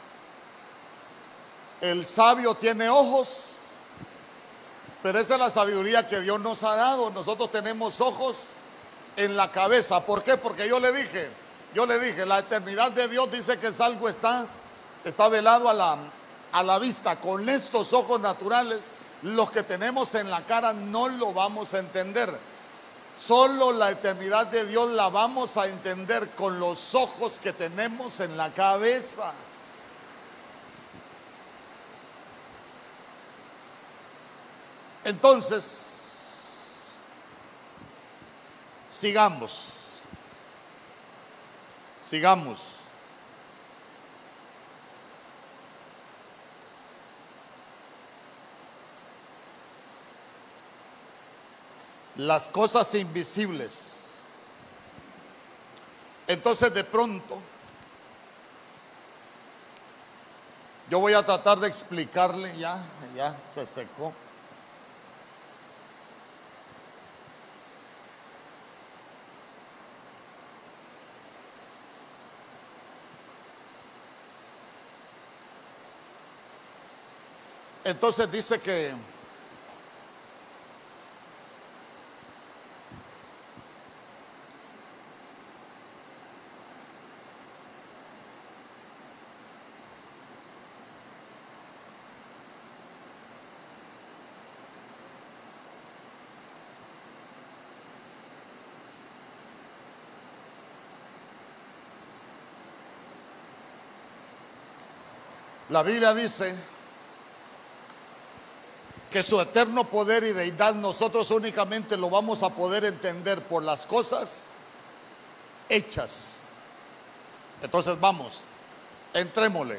El sabio tiene ojos, pero esa es la sabiduría que Dios nos ha dado. Nosotros tenemos ojos en la cabeza. ¿Por qué? Porque yo le dije, yo le dije, la eternidad de Dios dice que es algo está, está velado a la, a la vista. Con estos ojos naturales, los que tenemos en la cara no lo vamos a entender. Solo la eternidad de Dios la vamos a entender con los ojos que tenemos en la cabeza. Entonces, sigamos, sigamos. Las cosas invisibles. Entonces, de pronto, yo voy a tratar de explicarle, ya, ya se secó. Entonces dice que la Biblia dice que su eterno poder y deidad nosotros únicamente lo vamos a poder entender por las cosas hechas. Entonces vamos, entrémosle.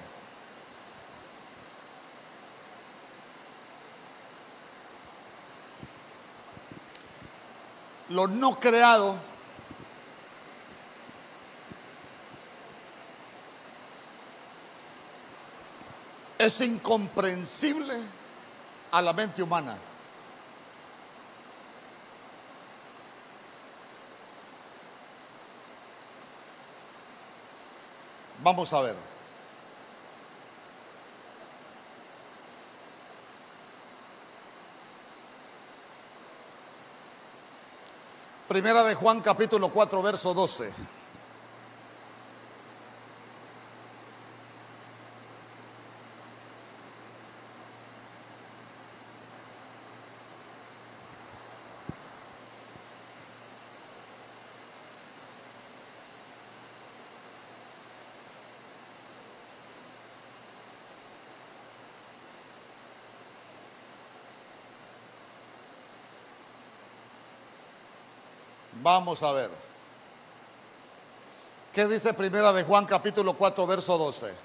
Lo no creado es incomprensible a la mente humana. Vamos a ver. Primera de Juan capítulo cuatro verso doce. Vamos a ver. ¿Qué dice Primera de Juan capítulo cuatro verso doce?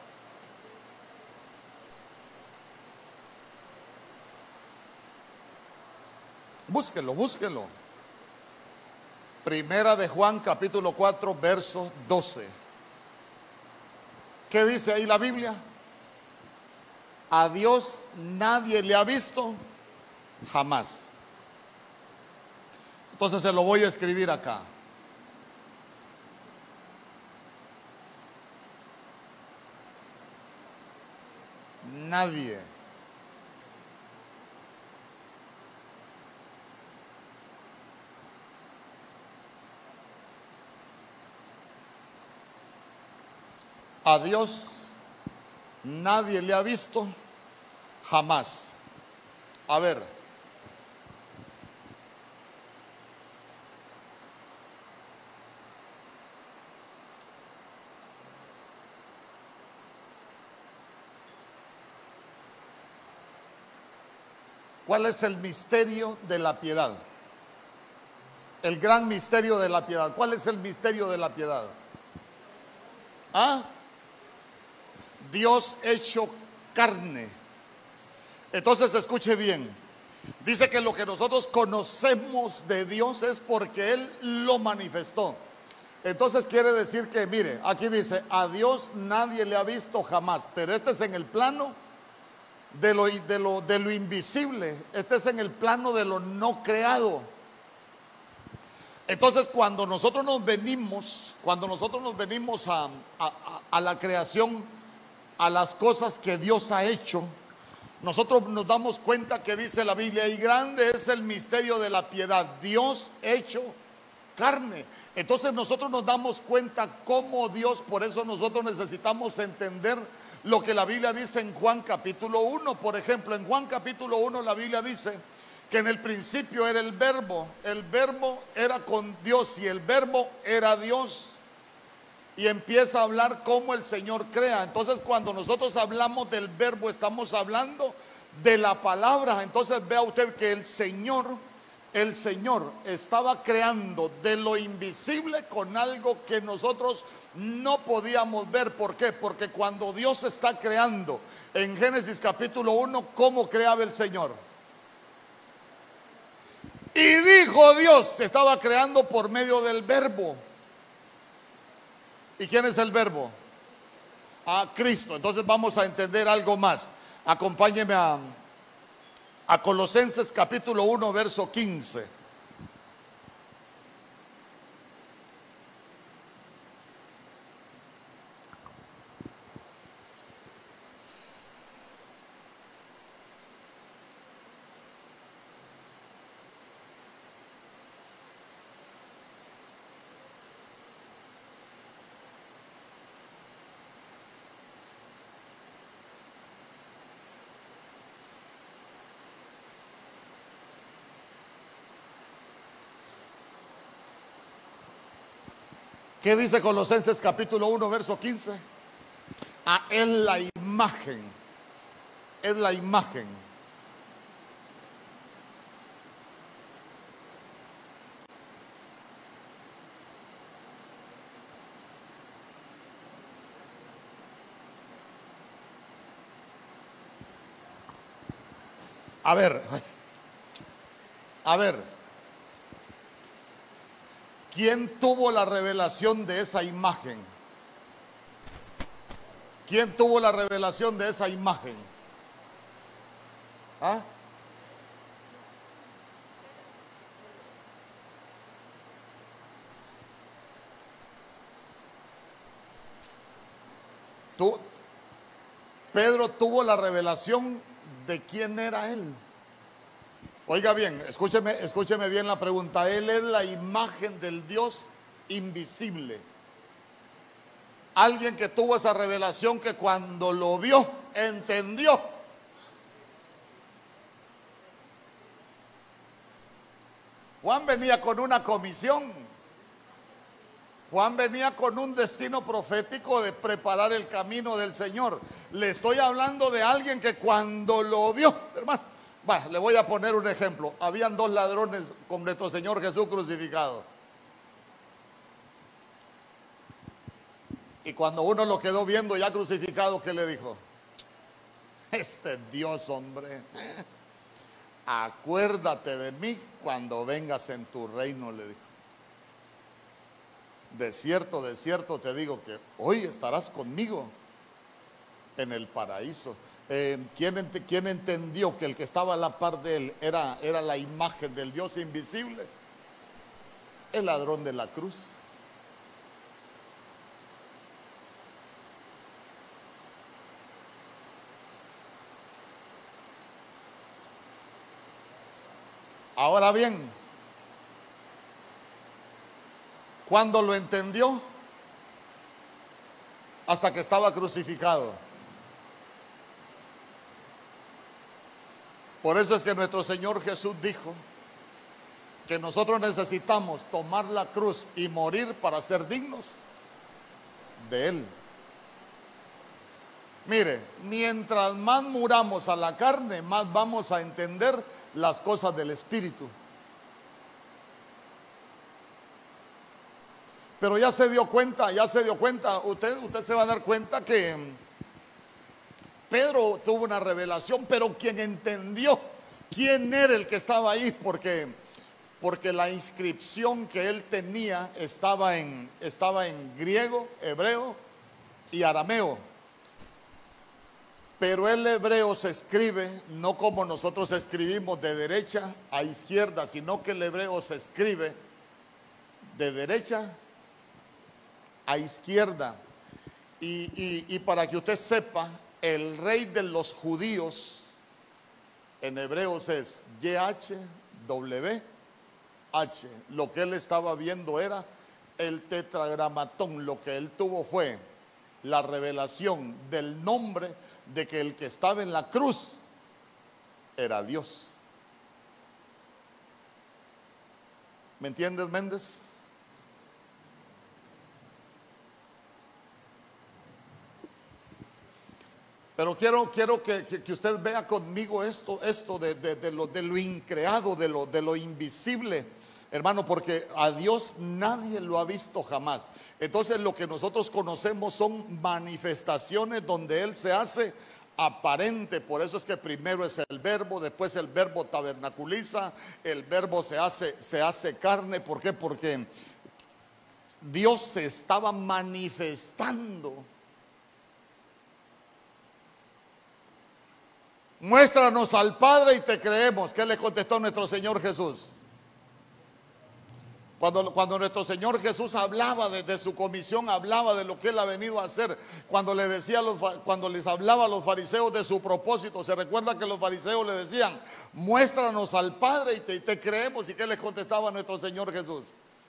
Búsquenlo, búsquenlo. Primera de Juan capítulo cuatro verso doce. ¿Qué dice ahí la Biblia? A Dios nadie le ha visto jamás. Entonces se lo voy a escribir acá. Nadie. A Dios nadie le ha visto jamás. A ver. ¿Cuál es el misterio de la piedad? El gran misterio de la piedad. ¿Cuál es el misterio de la piedad? ¿Ah? Dios hecho carne. Entonces escuche bien. Dice que lo que nosotros conocemos de Dios es porque Él lo manifestó. Entonces quiere decir que, mire, aquí dice, a Dios nadie le ha visto jamás. Pero este es en el plano de lo, de lo, de lo invisible. Este es en el plano de lo no creado. Entonces cuando nosotros nos venimos, cuando nosotros nos venimos a, a, a la creación, a las cosas que Dios ha hecho, nosotros nos damos cuenta que dice la Biblia, y grande es el misterio de la piedad, Dios hecho carne. Entonces nosotros nos damos cuenta cómo Dios, por eso nosotros necesitamos entender lo que la Biblia dice en Juan capítulo uno. Por ejemplo, en Juan capítulo uno la Biblia dice que en el principio era el verbo, el verbo era con Dios y el verbo era Dios. Y empieza a hablar cómo el Señor crea. Entonces cuando nosotros hablamos del verbo estamos hablando de la palabra. Entonces vea usted que el Señor, el Señor estaba creando de lo invisible con algo que nosotros no podíamos ver. ¿Por qué? Porque cuando Dios está creando en Génesis capítulo uno, ¿cómo creaba el Señor? Y dijo Dios, estaba creando por medio del verbo. ¿Y quién es el verbo? A Cristo. Entonces vamos a entender algo más. Acompáñeme a, a Colosenses capítulo uno verso quince. ¿Qué dice Colosenses capítulo uno verso quince? A Él la imagen, es la imagen. A ver, a ver, ¿quién tuvo la revelación de esa imagen? ¿Quién tuvo la revelación de esa imagen? ¿Ah? Tú, Pedro tuvo la revelación de quién era él. Oiga bien, escúcheme, escúcheme bien la pregunta. Él es la imagen del Dios invisible. Alguien que tuvo esa revelación, que cuando lo vio, entendió. Juan venía con una comisión. Juan venía con un destino profético de preparar el camino del Señor. Le estoy hablando de alguien que cuando lo vio, hermano, va, le voy a poner un ejemplo. Habían dos ladrones con nuestro Señor Jesús crucificado. Y cuando uno lo quedó viendo ya crucificado, ¿qué le dijo? Este Dios, hombre, acuérdate de mí cuando vengas en tu reino, le dijo. De cierto, de cierto te digo que hoy estarás conmigo en el paraíso. Eh, ¿quién, ent ¿Quién entendió que el que estaba a la par de él era, era la imagen del Dios invisible? El ladrón de la cruz. Ahora bien, ¿cuándo lo entendió? Hasta que estaba crucificado. Por eso es que nuestro Señor Jesús dijo que nosotros necesitamos tomar la cruz y morir para ser dignos de Él. Mire, mientras más muramos a la carne, más vamos a entender las cosas del Espíritu. Pero ya se dio cuenta, ya se dio cuenta, usted, usted se va a dar cuenta que Pedro tuvo una revelación, pero quien entendió quién era el que estaba ahí, porque, porque la inscripción que él tenía estaba en, estaba en griego, hebreo y arameo. Pero el hebreo se escribe no como nosotros escribimos de derecha a izquierda, sino que el hebreo se escribe de derecha a izquierda. Y, y, y para que usted sepa, el rey de los judíos en hebreos es Y H W H. Lo que él estaba viendo era el tetragramatón. Lo que él tuvo fue la revelación del nombre de que el que estaba en la cruz era Dios. ¿Me entiendes, Méndez? Pero quiero, quiero que, que, que usted vea conmigo esto, esto de, de, de, lo, de lo increado, de lo, de lo invisible, hermano, porque a Dios nadie lo ha visto jamás. Entonces lo que nosotros conocemos son manifestaciones donde Él se hace aparente. Por eso es que primero es el verbo, después el verbo tabernaculiza, el verbo se hace, se hace carne. ¿Por qué? Porque Dios se estaba manifestando. Muéstranos al Padre y te creemos. ¿Qué le contestó nuestro Señor Jesús? Cuando, cuando nuestro Señor Jesús hablaba de, de su comisión, hablaba de lo que Él ha venido a hacer. Cuando, le decía a los, cuando les hablaba a los fariseos de su propósito, se recuerda que los fariseos le decían: muéstranos al Padre y te, y te creemos. ¿Y qué les contestaba nuestro Señor Jesús?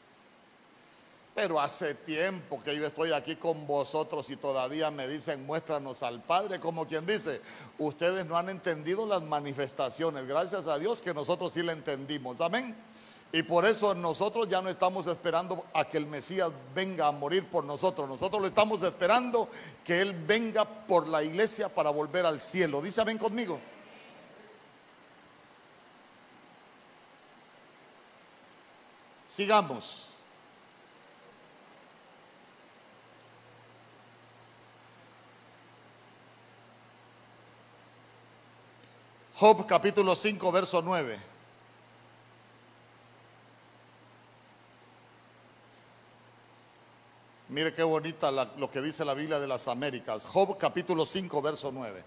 Pero hace tiempo que yo estoy aquí con vosotros y todavía me dicen muéstranos al Padre. Como quien dice, ustedes no han entendido las manifestaciones. Gracias a Dios que nosotros sí la entendimos. Amén. Y por eso nosotros ya no estamos esperando a que el Mesías venga a morir por nosotros. Nosotros lo estamos esperando que Él venga por la iglesia para volver al cielo. Dice amén conmigo. Sigamos. Job capítulo cinco, verso nueve. Mire qué bonita la, lo que dice la Biblia de las Américas. Job capítulo cinco, verso nueve.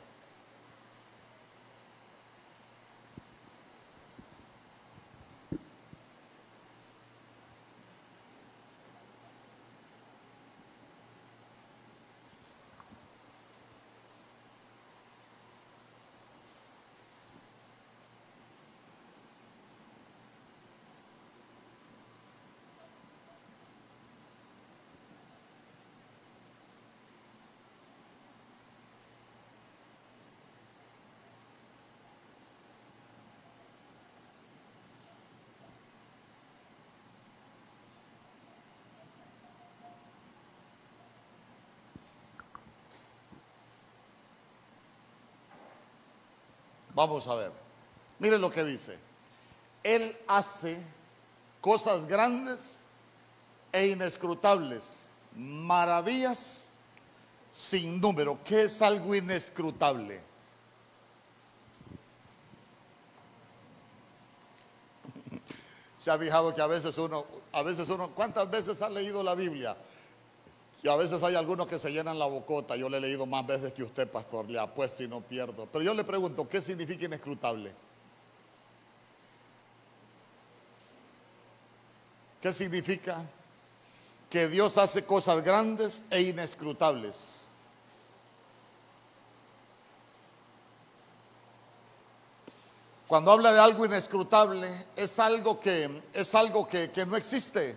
Vamos a ver. Mire lo que dice. Él hace cosas grandes e inescrutables, maravillas sin número. ¿Qué es algo inescrutable? Se ha fijado que a veces uno, a veces uno, ¿cuántas veces ha leído la Biblia? Y a veces hay algunos que se llenan la bocota. Yo le he leído más veces que usted, pastor, le apuesto y no pierdo. Pero yo le pregunto, ¿qué significa inescrutable? ¿Qué significa? Que Dios hace cosas grandes e inescrutables. Cuando habla de algo inescrutable, es algo que, es algo que, que no existe.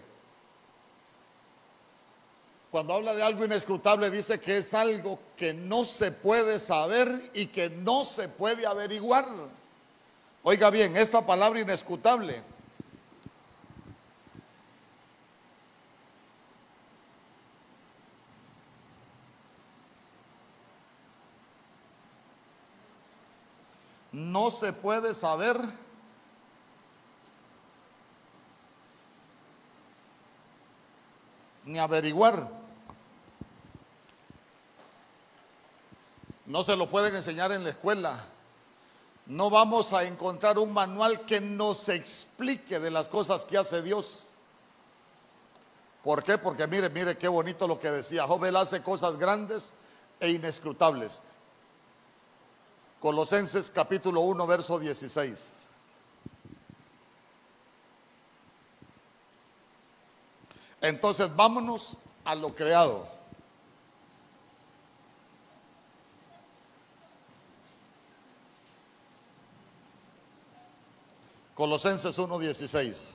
Cuando habla de algo inescrutable, dice que es algo que no se puede saber y que no se puede averiguar. Oiga bien, esta palabra inescrutable no se puede saber ni averiguar. No se lo pueden enseñar en la escuela. No vamos a encontrar un manual que nos explique de las cosas que hace Dios. ¿Por qué? Porque mire, mire qué bonito lo que decía Job. Él hace cosas grandes e inescrutables. Colosenses capítulo uno, verso dieciséis. Entonces vámonos a lo creado. Colosenses uno dieciséis.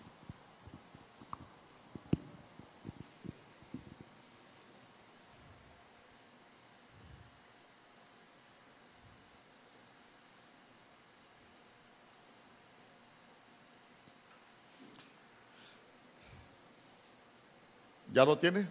¿Ya lo tiene?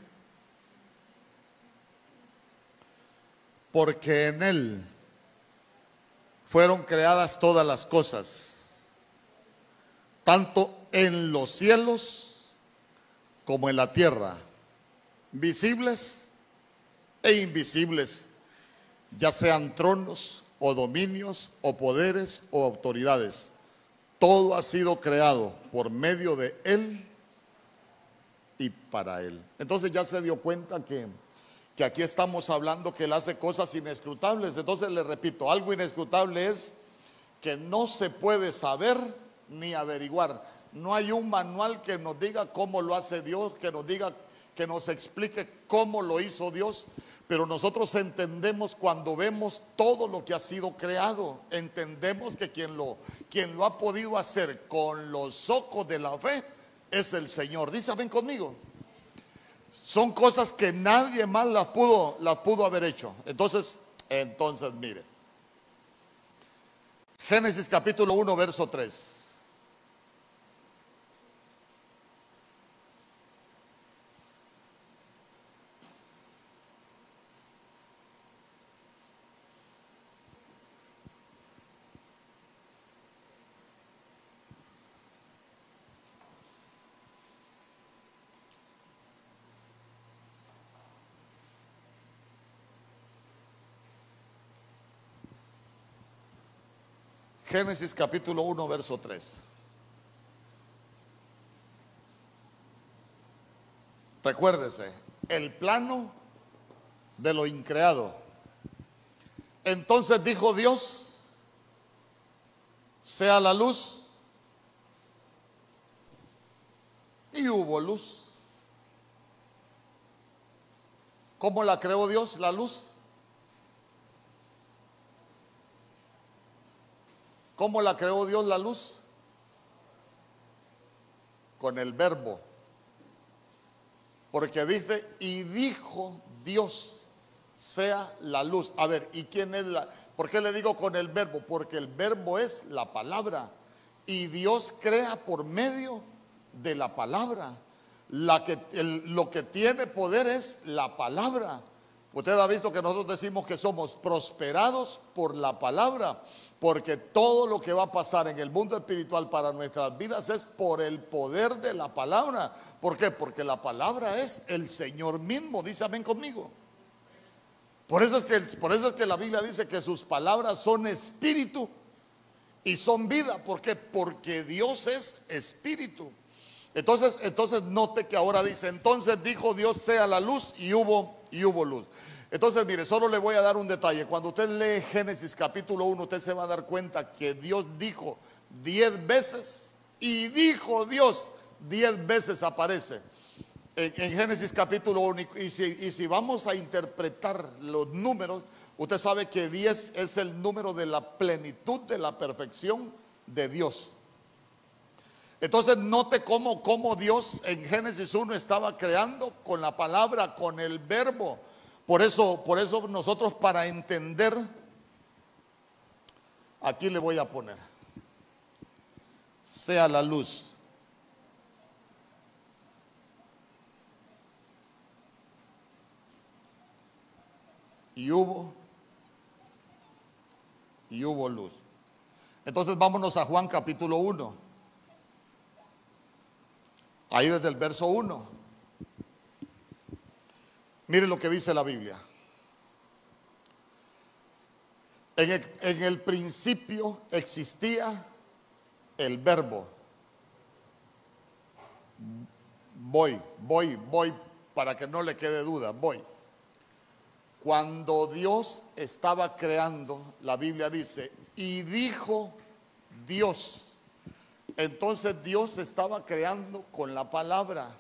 Porque en Él fueron creadas todas las cosas, tanto en los cielos como en la tierra, visibles e invisibles, ya sean tronos o dominios o poderes o autoridades. Todo ha sido creado por medio de Él y para Él. Entonces ya se dio cuenta que, que aquí estamos hablando que Él hace cosas inescrutables. Entonces le repito, algo inescrutable es que no se puede saber ni averiguar. No hay un manual que nos diga cómo lo hace Dios, que nos diga, que nos explique cómo lo hizo Dios. Pero nosotros entendemos cuando vemos todo lo que ha sido creado, entendemos que quien lo, quien lo ha podido hacer con los ojos de la fe es el Señor. Dice, ven conmigo. Son cosas que nadie más las pudo, las pudo haber hecho. Entonces, entonces mire. Génesis capítulo uno, verso tres. Génesis capítulo uno, verso tres. Recuérdese, el plano de lo increado. Entonces dijo Dios, sea la luz, y hubo luz. ¿Cómo la creó Dios, la luz? ¿Cómo la creó Dios, la luz? Con el verbo. Porque dice, y dijo Dios, sea la luz. A ver, ¿y quién es la? ¿Por qué le digo con el verbo? Porque el verbo es la palabra. Y Dios crea por medio de la palabra. La que, el, lo que tiene poder es la palabra. Usted ha visto que nosotros decimos que somos prosperados por la palabra, porque todo lo que va a pasar en el mundo espiritual para nuestras vidas es por el poder de la palabra. ¿Por qué? Porque la palabra es el Señor mismo. Dice amén conmigo. Por eso es que, por eso es que la Biblia dice que sus palabras son espíritu y son vida. ¿Por qué? Porque Dios es espíritu. Entonces, entonces note que ahora dice, entonces dijo Dios sea la luz, y hubo, y hubo luz. Entonces mire, solo le voy a dar un detalle. Cuando usted lee Génesis capítulo uno, usted se va a dar cuenta que Dios dijo diez veces, y dijo Dios diez veces aparece en, en Génesis capítulo uno. Y si, y si vamos a interpretar los números, usted sabe que diez es el número de la plenitud, de la perfección de Dios. Entonces note cómo, cómo Dios en Génesis uno estaba creando con la palabra, con el verbo. Por eso, por eso nosotros, para entender, aquí le voy a poner, sea la luz. Y hubo, y hubo luz. Entonces vámonos a Juan capítulo uno. Ahí desde el verso uno. Mire lo que dice la Biblia. En el, en el principio existía el verbo. Voy, voy, voy, para que no le quede duda, voy. Cuando Dios estaba creando, la Biblia dice, y dijo Dios. Entonces Dios estaba creando con la palabra.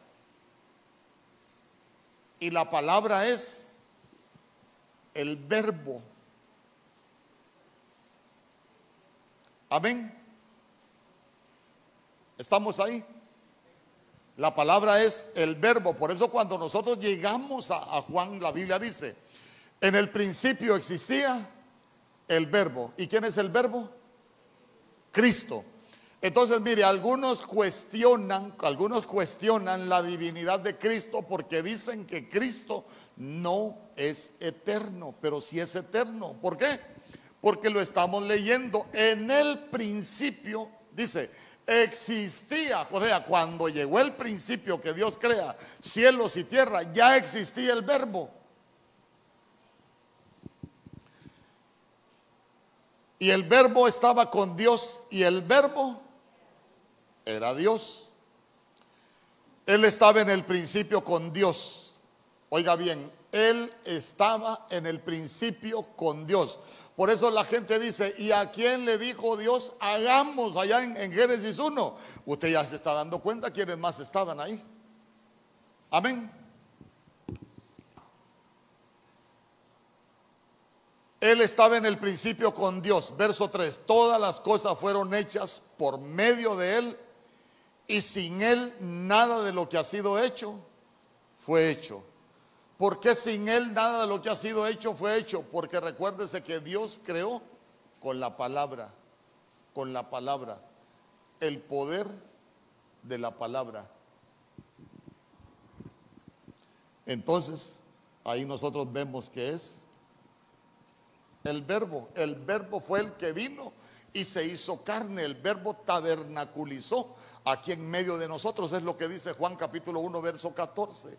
Y la palabra es el verbo. Amén. ¿Estamos ahí? La palabra es el verbo. Por eso cuando nosotros llegamos a, a Juan, la Biblia dice, en el principio existía el verbo. ¿Y quién es el verbo? Cristo. Entonces mire, algunos cuestionan, algunos cuestionan la divinidad de Cristo porque dicen que Cristo no es eterno, pero sí es eterno. ¿Por qué? Porque lo estamos leyendo. En el principio, dice, existía, o sea, cuando llegó el principio que Dios crea cielos y tierra, ya existía el verbo. Y el verbo estaba con Dios, y el verbo era Dios. Él estaba en el principio con Dios. Oiga bien, Él estaba en el principio con Dios. Por eso la gente dice, ¿y a quién le dijo Dios hagamos allá en, en Génesis uno? Usted ya se está dando cuenta quiénes más estaban ahí. Amén. Él estaba en el principio con Dios. Verso tres, todas las cosas fueron hechas por medio de Él, y sin Él nada de lo que ha sido hecho fue hecho. ¿Por qué sin Él nada de lo que ha sido hecho fue hecho? Porque recuérdese que Dios creó con la palabra, con la palabra, el poder de la palabra. Entonces, ahí nosotros vemos que es el verbo. El verbo fue el que vino y se hizo carne. El verbo tabernaculizó aquí en medio de nosotros. Es lo que dice Juan capítulo uno, verso catorce.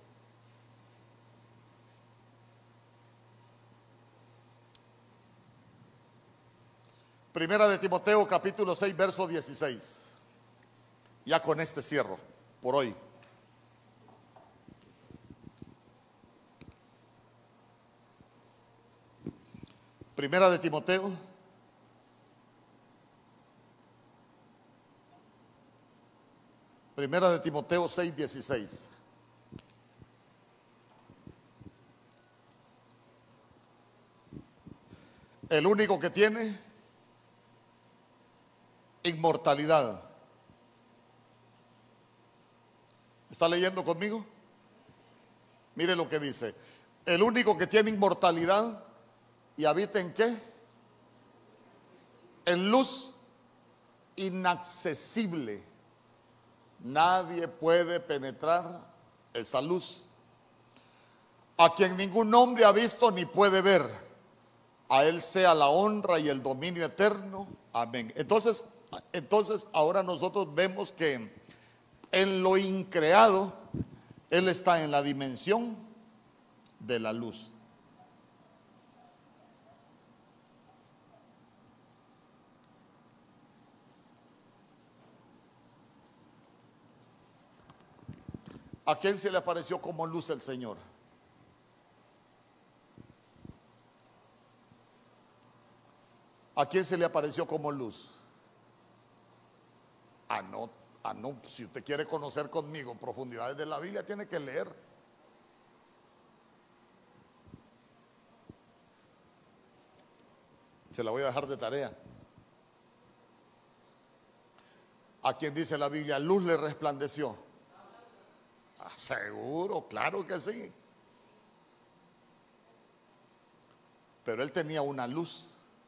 Primera de Timoteo capítulo seis verso dieciséis. Ya con este cierro por hoy. Primera de Timoteo Primera de Timoteo seis dieciséis. El único que tiene inmortalidad. ¿Está leyendo conmigo? Mire lo que dice. El único que tiene inmortalidad y habita en ¿qué? En luz inaccesible. Nadie puede penetrar esa luz. A quien ningún hombre ha visto ni puede ver. A él sea la honra y el dominio eterno. Amén. Entonces, entonces ahora nosotros vemos que en lo increado, Él está en la dimensión de la luz. ¿A quién se le apareció como luz el Señor? ¿A quién se le apareció como luz? Ah, no, ah, no, si usted quiere conocer conmigo profundidades de la Biblia, tiene que leer. Se la voy a dejar de tarea. ¿A quién dice la Biblia? Luz le resplandeció. Ah, seguro, claro que sí. Pero él tenía una luz.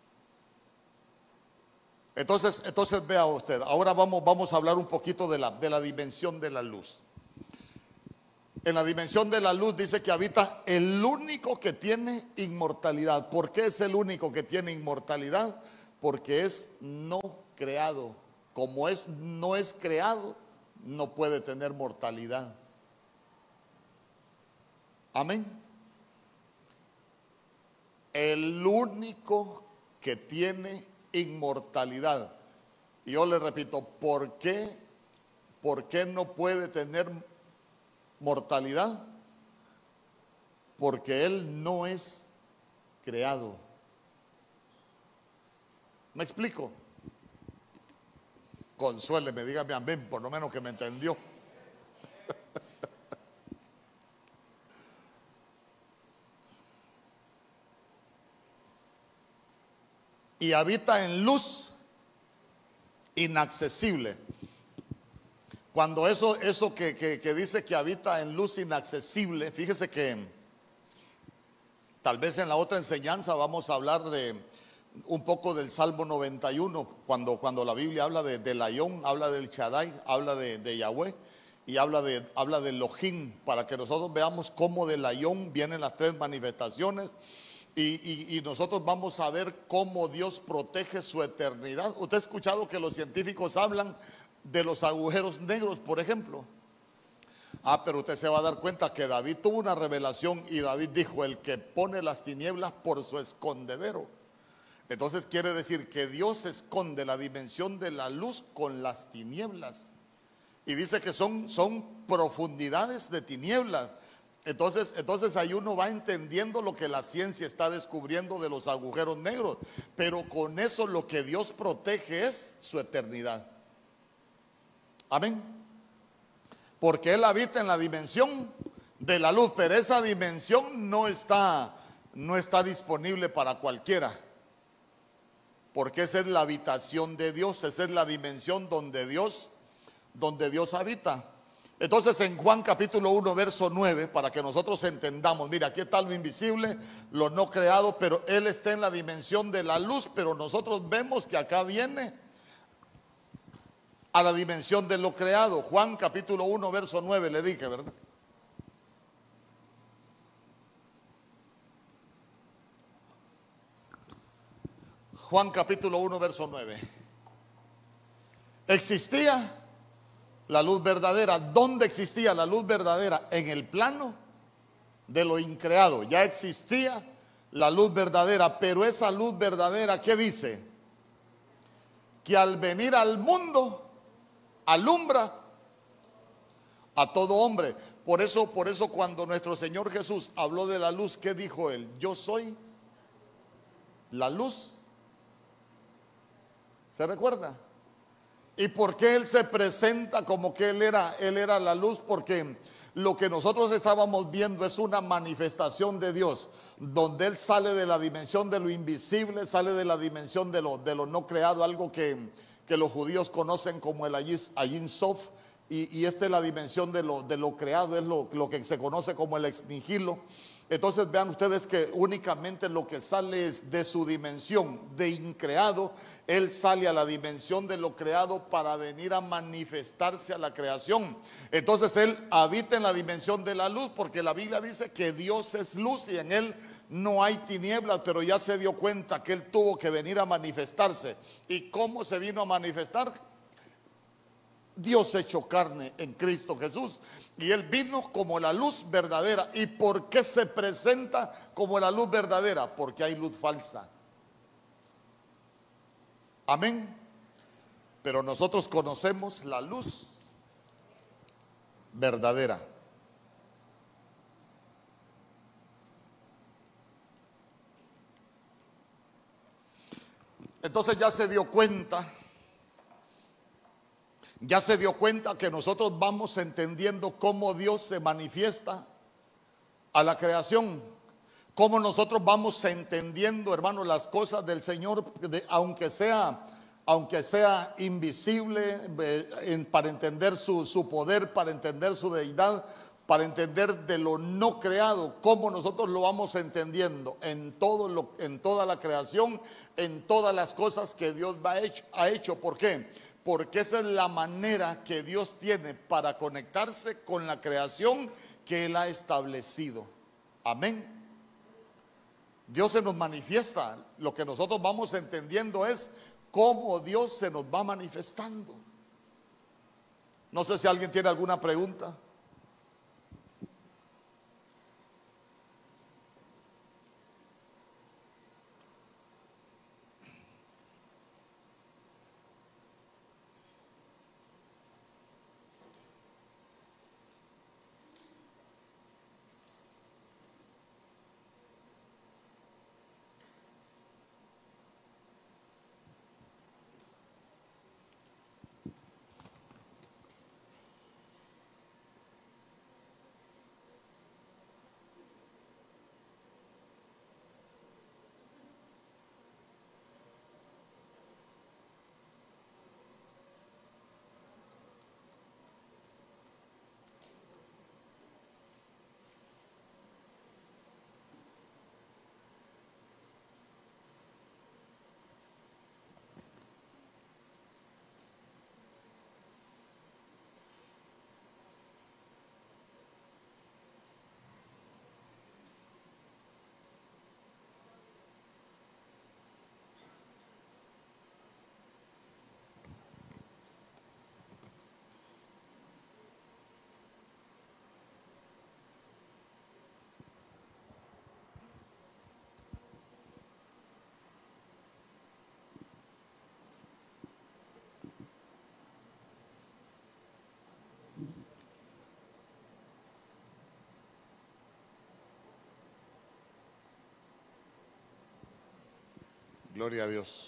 Entonces, entonces vea usted, ahora vamos, vamos a hablar un poquito de la, de la dimensión de la luz. En la dimensión de la luz dice que habita el único que tiene inmortalidad. ¿Por qué es el único que tiene inmortalidad? Porque es no creado. Como es, no es creado, no puede tener mortalidad. Amén. El único que tiene inmortalidad. Y yo le repito, ¿por qué? ¿Por qué no puede tener mortalidad? Porque Él no es creado. ¿Me explico? Consuéleme, dígame amén, por lo menos que me entendió. Y habita en luz inaccesible. Cuando eso, eso que, que, que dice que habita en luz inaccesible, fíjese que tal vez en la otra enseñanza vamos a hablar de un poco del Salmo noventa y uno, cuando, cuando la Biblia habla de, de Layón, habla del Shaddai, habla de, de Yahweh y habla de, habla de Elohim, para que nosotros veamos cómo de Layón vienen las tres manifestaciones. Y, y, y nosotros vamos a ver cómo Dios protege su eternidad. Usted ha escuchado que los científicos hablan de los agujeros negros, por ejemplo. Ah, pero usted se va a dar cuenta que David tuvo una revelación y David dijo: el que pone las tinieblas por su escondedero. Entonces quiere decir que Dios esconde la dimensión de la luz con las tinieblas. Y dice que son, son profundidades de tinieblas. Entonces, entonces ahí uno va entendiendo lo que la ciencia está descubriendo de los agujeros negros. Pero con eso lo que Dios protege es su eternidad. Amén. Porque Él habita en la dimensión de la luz, pero esa dimensión no está, no está disponible para cualquiera. Porque esa es la habitación de Dios, esa es la dimensión donde Dios, donde Dios habita. Entonces en Juan capítulo uno verso nueve, para que nosotros entendamos, mira, aquí está lo invisible, lo no creado, pero Él está en la dimensión de la luz, pero nosotros vemos que acá viene a la dimensión de lo creado. Juan capítulo uno verso nueve, le dije, ¿verdad? Juan capítulo uno verso nueve. Existía la luz verdadera. ¿Dónde existía la luz verdadera? En el plano de lo increado. Ya existía la luz verdadera, pero esa luz verdadera, ¿qué dice? que al venir al mundo alumbra a todo hombre. Por eso, por eso cuando nuestro Señor Jesús habló de la luz, ¿qué dijo él? Yo soy la luz. ¿Se recuerda? ¿Y por qué él se presenta como que él era, él era la luz? Porque lo que nosotros estábamos viendo es una manifestación de Dios, donde él sale de la dimensión de lo invisible, sale de la dimensión de lo, de lo no creado, algo que, que los judíos conocen como el Ayin Sof, y, y esta es la dimensión de lo, de lo creado, es lo, lo que se conoce como el ex nihilo. Entonces vean ustedes que únicamente lo que sale es de su dimensión de increado. Él sale a la dimensión de lo creado para venir a manifestarse a la creación. Entonces él habita en la dimensión de la luz, porque la Biblia dice que Dios es luz y en él no hay tinieblas, pero ya se dio cuenta que él tuvo que venir a manifestarse. ¿Y cómo se vino a manifestar? Dios hecho carne en Cristo Jesús, y él vino como la luz verdadera. ¿Y por qué se presenta como la luz verdadera? Porque hay luz falsa. Amén. Pero nosotros conocemos la luz verdadera. Entonces ya se dio cuenta Ya se dio cuenta que nosotros vamos entendiendo cómo Dios se manifiesta a la creación, cómo nosotros vamos entendiendo, hermanos, las cosas del Señor, de, aunque sea, aunque sea invisible, eh, en, para entender su, su poder, para entender su deidad, para entender de lo no creado, cómo nosotros lo vamos entendiendo en todo lo, en toda la creación, en todas las cosas que Dios ha hecho, ha hecho. ¿Por qué? Porque esa es la manera que Dios tiene para conectarse con la creación que Él ha establecido. Amén. Dios se nos manifiesta. Lo que nosotros vamos entendiendo es cómo Dios se nos va manifestando. No sé si alguien tiene alguna pregunta. Gloria a Dios.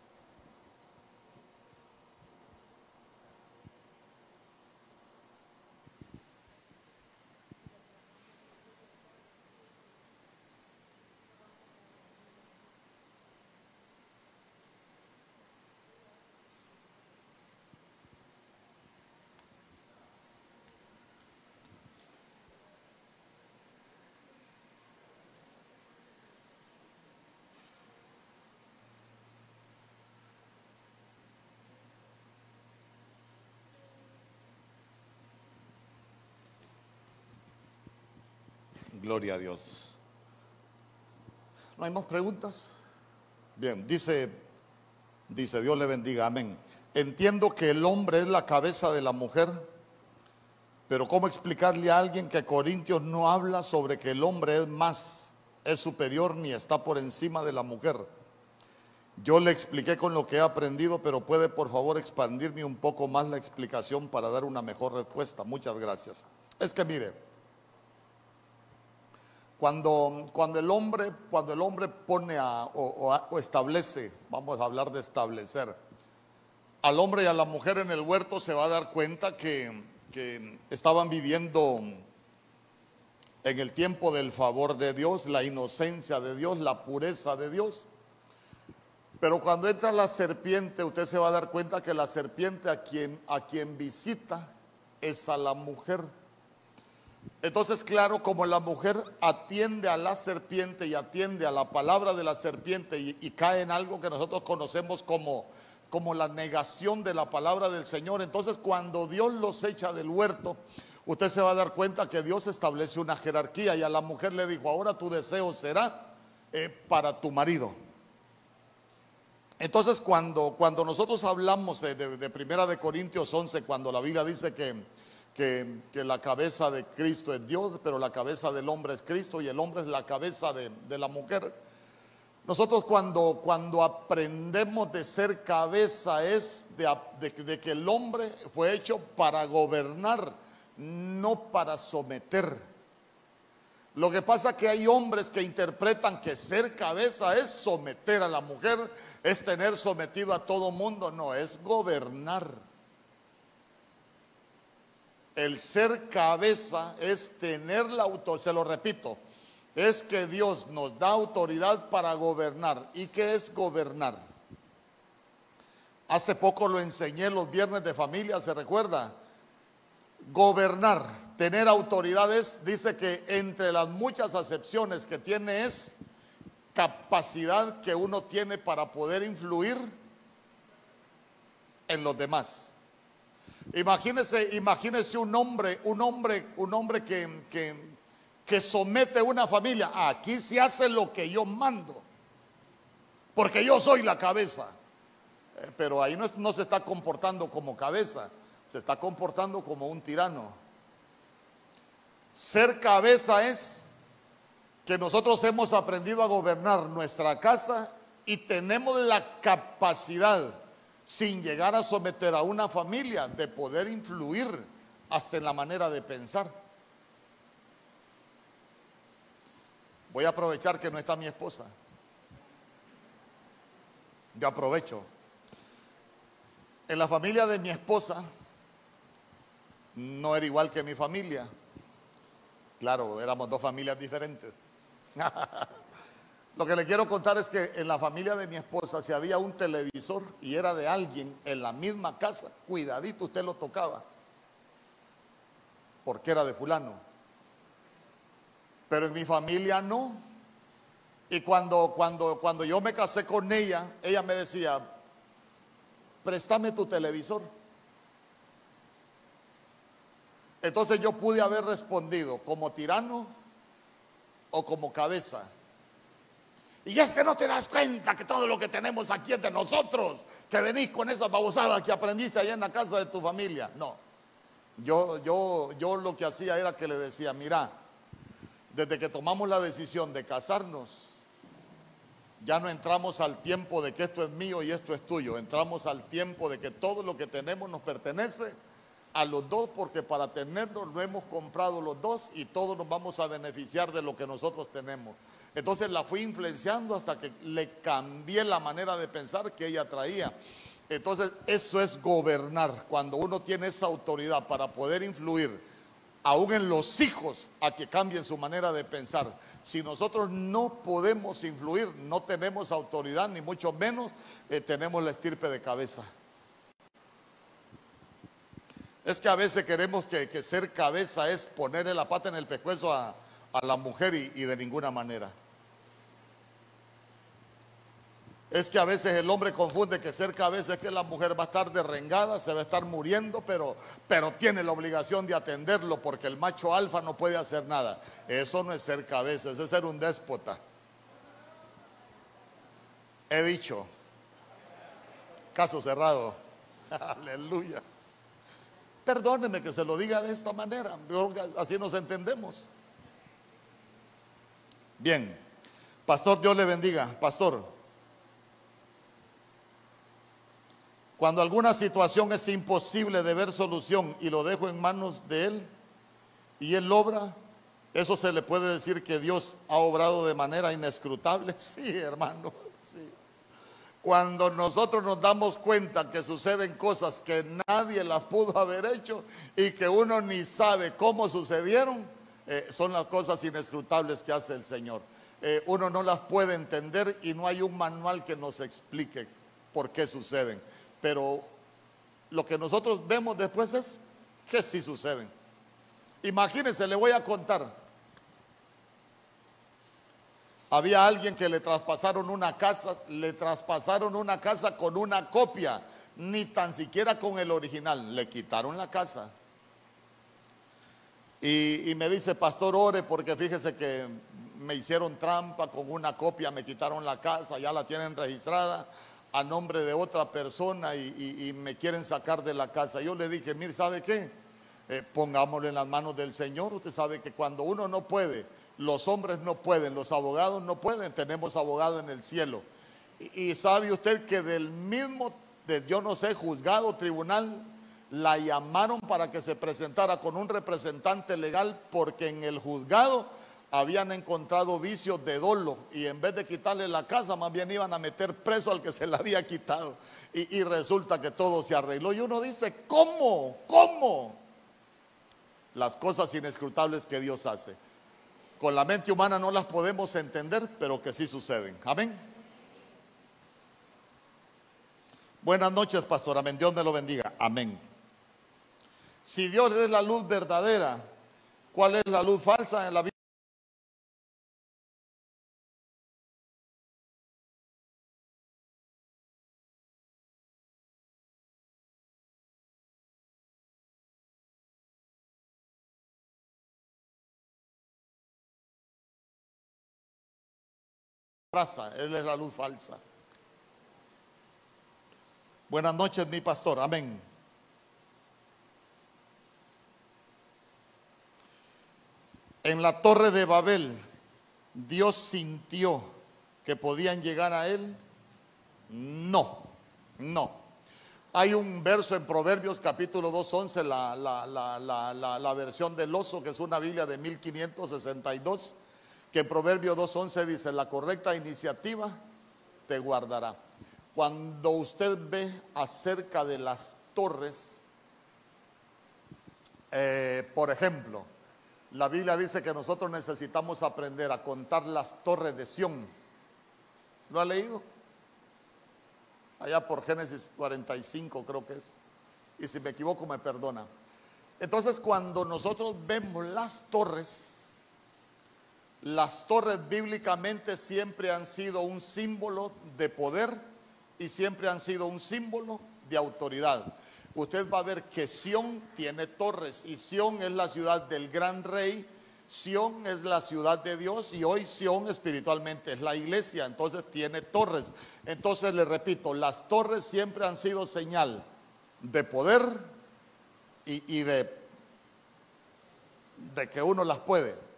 Gloria a Dios. ¿No hay más preguntas? Bien, dice, dice Dios le bendiga, amén. Entiendo que el hombre es la cabeza de la mujer, pero ¿cómo explicarle a alguien que Corintios no habla sobre que el hombre es más, es superior ni está por encima de la mujer? Yo le expliqué con lo que he aprendido, pero puede por favor expandirme un poco más la explicación para dar una mejor respuesta. Muchas gracias. Es que mire, cuando, cuando el hombre, cuando el hombre pone a, o, o, a, o establece, vamos a hablar de establecer, al hombre y a la mujer en el huerto, se va a dar cuenta que, que estaban viviendo en el tiempo del favor de Dios, la inocencia de Dios, la pureza de Dios. Pero cuando entra la serpiente, usted se va a dar cuenta que la serpiente a quien, a quien visita es a la mujer. Entonces, claro, como la mujer atiende a la serpiente y atiende a la palabra de la serpiente y, y cae en algo que nosotros conocemos como, como la negación de la palabra del Señor, entonces cuando Dios los echa del huerto, usted se va a dar cuenta que Dios establece una jerarquía y a la mujer le dijo: ahora tu deseo será eh, para tu marido. Entonces cuando, cuando nosotros hablamos de, de, de Primera de Corintios once, cuando la Biblia dice que, que, que la cabeza de Cristo es Dios, pero la cabeza del hombre es Cristo y el hombre es la cabeza de, de la mujer. Nosotros cuando, cuando aprendemos de ser cabeza es de, de, de que el hombre fue hecho para gobernar, no para someter. Lo que pasa es que hay hombres que interpretan que ser cabeza es someter a la mujer, es tener sometido a todo mundo. No, es gobernar. El ser cabeza es tener la autoridad, se lo repito, es que Dios nos da autoridad para gobernar. ¿Y qué es gobernar? Hace poco lo enseñé los viernes de familia, ¿se recuerda? Gobernar, tener autoridades, dice que entre las muchas acepciones que tiene es capacidad que uno tiene para poder influir en los demás. Imagínese, imagínese un hombre, un hombre, un hombre que, que, que somete una familia. Aquí se hace lo que yo mando, porque yo soy la cabeza. Eh, pero ahí no, no se está comportando como cabeza, se está comportando como un tirano. Ser cabeza es que nosotros hemos aprendido a gobernar nuestra casa y tenemos la capacidad, sin llegar a someter a una familia, de poder influir hasta en la manera de pensar. Voy a aprovechar que no está mi esposa. Yo aprovecho. En la familia de mi esposa no era igual que mi familia. Claro, éramos dos familias diferentes. Lo que le quiero contar es que en la familia de mi esposa, si había un televisor y era de alguien en la misma casa, cuidadito, usted lo tocaba, porque era de fulano. Pero en mi familia no. Y cuando, cuando, cuando yo me casé con ella, ella me decía: préstame tu televisor. Entonces yo pude haber respondido como tirano o como cabeza. Y es que no te das cuenta que todo lo que tenemos aquí es de nosotros, que venís con esa babosada que aprendiste allá en la casa de tu familia. No, yo, yo, yo lo que hacía era que le decía: mira, desde que tomamos la decisión de casarnos, ya no entramos al tiempo de que esto es mío y esto es tuyo. Entramos al tiempo de que todo lo que tenemos nos pertenece a los dos, porque para tenerlo lo hemos comprado los dos y todos nos vamos a beneficiar de lo que nosotros tenemos. Entonces la fui influenciando hasta que le cambié la manera de pensar que ella traía. Entonces eso es gobernar, cuando uno tiene esa autoridad para poder influir aún en los hijos a que cambien su manera de pensar. Si nosotros no podemos influir, no tenemos autoridad, ni mucho menos eh, tenemos la estirpe de cabeza. Es que a veces queremos que, que ser cabeza es ponerle la pata en el pescuezo a, a la mujer y, y de ninguna manera. Es que a veces el hombre confunde que ser cabeza es que la mujer va a estar derrengada, se va a estar muriendo, pero, pero tiene la obligación de atenderlo porque el macho alfa no puede hacer nada. Eso no es ser cabeza, eso es ser un déspota. He dicho. Caso cerrado. Aleluya. Perdóneme que se lo diga de esta manera, así nos entendemos. Bien, pastor, Dios le bendiga. Pastor, Cuando alguna situación es imposible de ver solución y lo dejo en manos de Él y Él obra, eso se le puede decir que Dios ha obrado de manera inescrutable. Sí, hermano, sí. Cuando nosotros nos damos cuenta que suceden cosas que nadie las pudo haber hecho y que uno ni sabe cómo sucedieron, eh, son las cosas inescrutables que hace el Señor. Eh, uno no las puede entender y no hay un manual que nos explique por qué suceden. Pero lo que nosotros vemos después es que sí suceden. Imagínense, le voy a contar. Había alguien que le traspasaron una casa, le traspasaron una casa con una copia, ni tan siquiera con el original, le quitaron la casa. Y, y me dice, pastor, ore porque fíjese que me hicieron trampa con una copia, me quitaron la casa, ya la tienen registrada a nombre de otra persona y, y, y me quieren sacar de la casa. Yo le dije, mire, ¿sabe qué? Eh, pongámoslo en las manos del Señor. Usted sabe que cuando uno no puede, los hombres no pueden, los abogados no pueden, tenemos abogado en el cielo. Y, y sabe usted que del mismo, de, yo no sé, juzgado, tribunal, la llamaron para que se presentara con un representante legal porque en el juzgado habían encontrado vicios de dolo y en vez de quitarle la casa, más bien iban a meter preso al que se la había quitado. Y, y resulta que todo se arregló. Y uno dice, ¿cómo? ¿Cómo? Las cosas inescrutables que Dios hace. Con la mente humana no las podemos entender, pero que sí suceden. Amén. Buenas noches, pastor. Amén. Dios me lo bendiga. Amén. Si Dios es la luz verdadera, ¿cuál es la luz falsa en la vida? Él es la luz falsa. Buenas noches, mi pastor. Amén. En la torre de Babel, ¿Dios sintió que podían llegar a él? No, no. Hay un verso en Proverbios capítulo dos, once, la, la, la, la, la, la versión del oso, que es una Biblia de mil quinientos sesenta y dos, que en Proverbios dos, once dice, la correcta iniciativa te guardará. Cuando usted ve acerca de las torres, eh, por ejemplo, la Biblia dice que nosotros necesitamos aprender a contar las torres de Sión. ¿Lo ha leído? Allá por Génesis cuarenta y cinco creo que es. Y si me equivoco me perdona. Entonces cuando nosotros vemos las torres, las torres bíblicamente siempre han sido un símbolo de poder y siempre han sido un símbolo de autoridad. Usted va a ver que Sión tiene torres y Sión es la ciudad del gran rey, Sión es la ciudad de Dios y hoy Sión espiritualmente es la iglesia, entonces tiene torres. Entonces le repito, las torres siempre han sido señal de poder y, y de, de que uno las puede.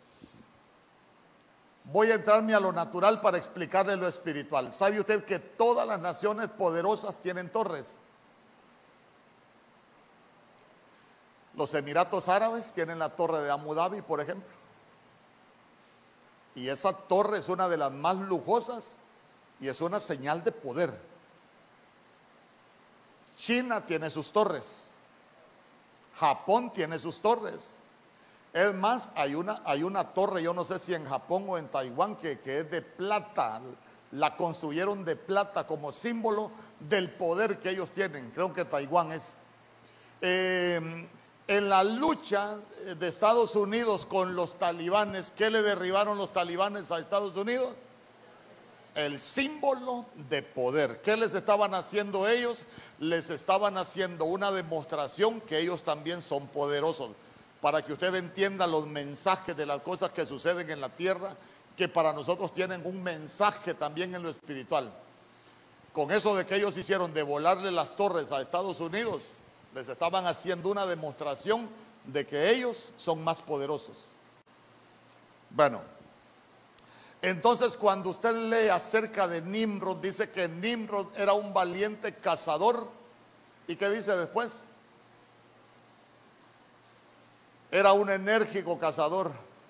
Voy a entrarme a lo natural para explicarle lo espiritual. ¿Sabe usted que todas las naciones poderosas tienen torres? Los Emiratos Árabes tienen la torre de Abu Dhabi, por ejemplo. Y esa torre es una de las más lujosas y es una señal de poder. China tiene sus torres. Japón tiene sus torres. Es más, hay una, hay una torre, yo no sé si en Japón o en Taiwán, que, que es de plata. La construyeron de plata como símbolo del poder que ellos tienen. Creo que Taiwán es. Eh, en la lucha de Estados Unidos con los talibanes, ¿qué le derribaron los talibanes a Estados Unidos? El símbolo de poder. ¿Qué les estaban haciendo ellos? Les estaban haciendo una demostración que ellos también son poderosos. Para que usted entienda los mensajes de las cosas que suceden en la tierra, que para nosotros tienen un mensaje también en lo espiritual. Con eso de que ellos hicieron de volarle las torres a Estados Unidos, les estaban haciendo una demostración de que ellos son más poderosos. Bueno, Entonces, cuando usted lee acerca de Nimrod, dice que Nimrod era un valiente cazador. ¿Y qué dice después? Era un enérgico cazador.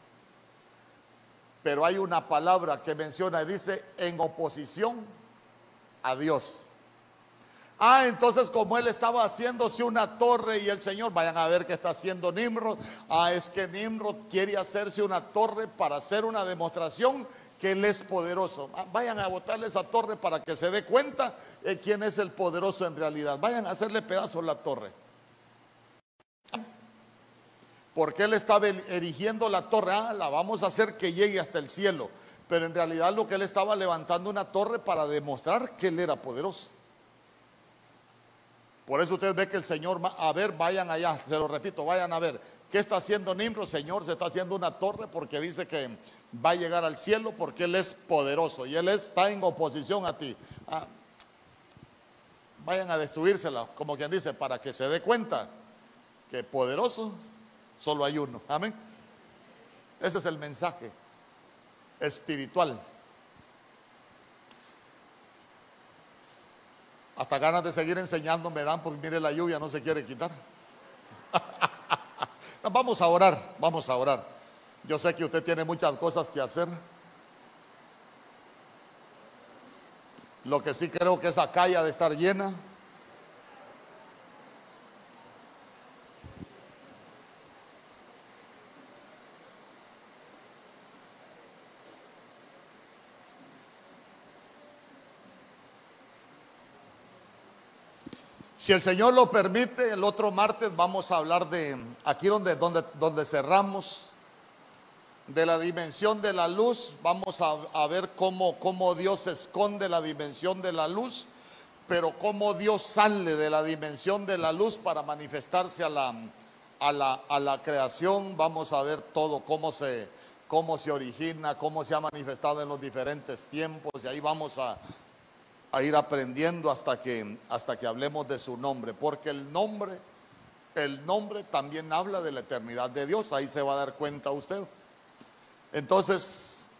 Pero hay una palabra que menciona y dice en oposición a Dios. Ah, entonces como él estaba haciéndose una torre y el Señor, vayan a ver qué está haciendo Nimrod. Ah, es que Nimrod quiere hacerse una torre para hacer una demostración que él es poderoso. Ah, vayan a botarle esa torre para que se dé cuenta de quién es el poderoso en realidad. Vayan a hacerle pedazos la torre. Porque él estaba erigiendo la torre. Ah, la vamos a hacer que llegue hasta el cielo. Pero en realidad lo que él estaba levantando una torre para demostrar que él era poderoso. Por eso usted ve que el Señor, a ver, vayan allá, se lo repito, vayan a ver. ¿Qué está haciendo Nimrod? Señor, se está haciendo una torre porque dice que va a llegar al cielo porque él es poderoso y él está en oposición a ti. Ah, vayan a destruírsela, como quien dice, para que se dé cuenta que poderoso solo hay uno. Amén. Ese es el mensaje espiritual. Hasta ganas de seguir enseñando me dan porque mire la lluvia no se quiere quitar. Vamos a orar, vamos a orar. Yo sé que usted tiene muchas cosas que hacer. Lo que sí creo que esa calle ha de estar llena. Si el Señor lo permite, el otro martes vamos a hablar de, aquí donde, donde, donde cerramos, de la dimensión de la luz. Vamos a, a ver cómo, cómo Dios esconde la dimensión de la luz, pero cómo Dios sale de la dimensión de la luz para manifestarse a la, a la, a la creación. Vamos a ver todo, cómo se, cómo se origina, cómo se ha manifestado en los diferentes tiempos, y ahí vamos a... a ir aprendiendo hasta que, hasta que hablemos de su nombre, porque el nombre, el nombre también habla de la eternidad de Dios, ahí se va a dar cuenta usted. Entonces,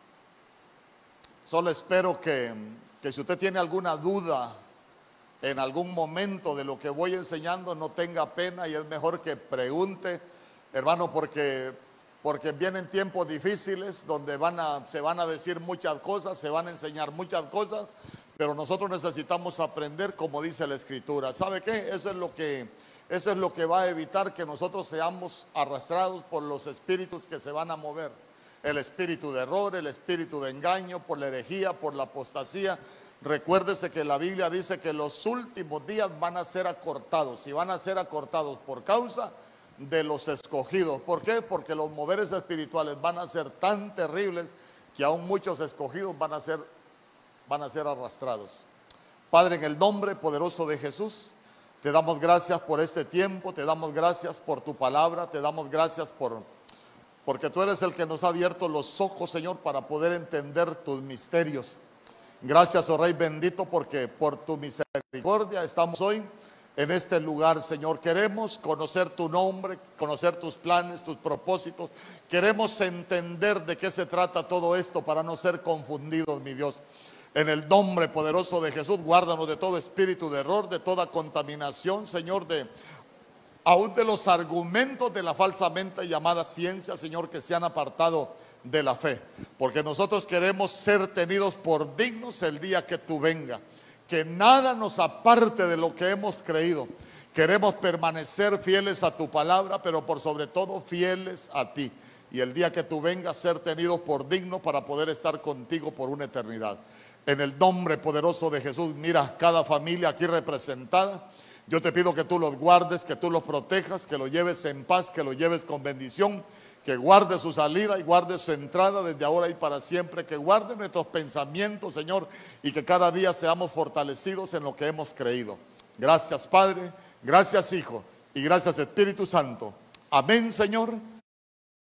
solo espero que, que si usted tiene alguna duda en algún momento de lo que voy enseñando, no tenga pena y es mejor que pregunte, hermano, porque, porque vienen tiempos difíciles donde van a, se van a decir muchas cosas, se van a enseñar muchas cosas. Pero nosotros necesitamos aprender como dice la Escritura. ¿Sabe qué? Eso es lo que, eso es lo que va a evitar que nosotros seamos arrastrados por los espíritus que se van a mover. El espíritu de error, el espíritu de engaño, por la herejía, por la apostasía. Recuérdese que la Biblia dice que los últimos días van a ser acortados. Y van a ser acortados por causa de los escogidos. ¿Por qué? Porque los moveres espirituales van a ser tan terribles que aún muchos escogidos van a ser van a ser arrastrados. Padre, en el nombre poderoso de Jesús, te damos gracias por este tiempo, te damos gracias por tu palabra, te damos gracias por, porque tú eres el que nos ha abierto los ojos, Señor, para poder entender tus misterios. Gracias, oh Rey bendito, porque por tu misericordia estamos hoy en este lugar, Señor. Queremos conocer tu nombre, conocer tus planes, tus propósitos. Queremos entender de qué se trata todo esto para no ser confundidos, mi Dios. En el nombre poderoso de Jesús, guárdanos de todo espíritu de error, de toda contaminación, Señor, de aún de los argumentos de la falsamente llamada ciencia, Señor, que se han apartado de la fe. Porque nosotros queremos ser tenidos por dignos el día que tú vengas. Que nada nos aparte de lo que hemos creído. Queremos permanecer fieles a tu palabra, pero por sobre todo fieles a ti. Y el día que tú vengas, ser tenidos por dignos para poder estar contigo por una eternidad. En el nombre poderoso de Jesús, mira cada familia aquí representada. Yo te pido que tú los guardes, que tú los protejas, que los lleves en paz, que los lleves con bendición, que guarde su salida y guarde su entrada desde ahora y para siempre, que guarde nuestros pensamientos, Señor, y que cada día seamos fortalecidos en lo que hemos creído. Gracias, Padre, gracias, Hijo, y gracias, Espíritu Santo. Amén, Señor.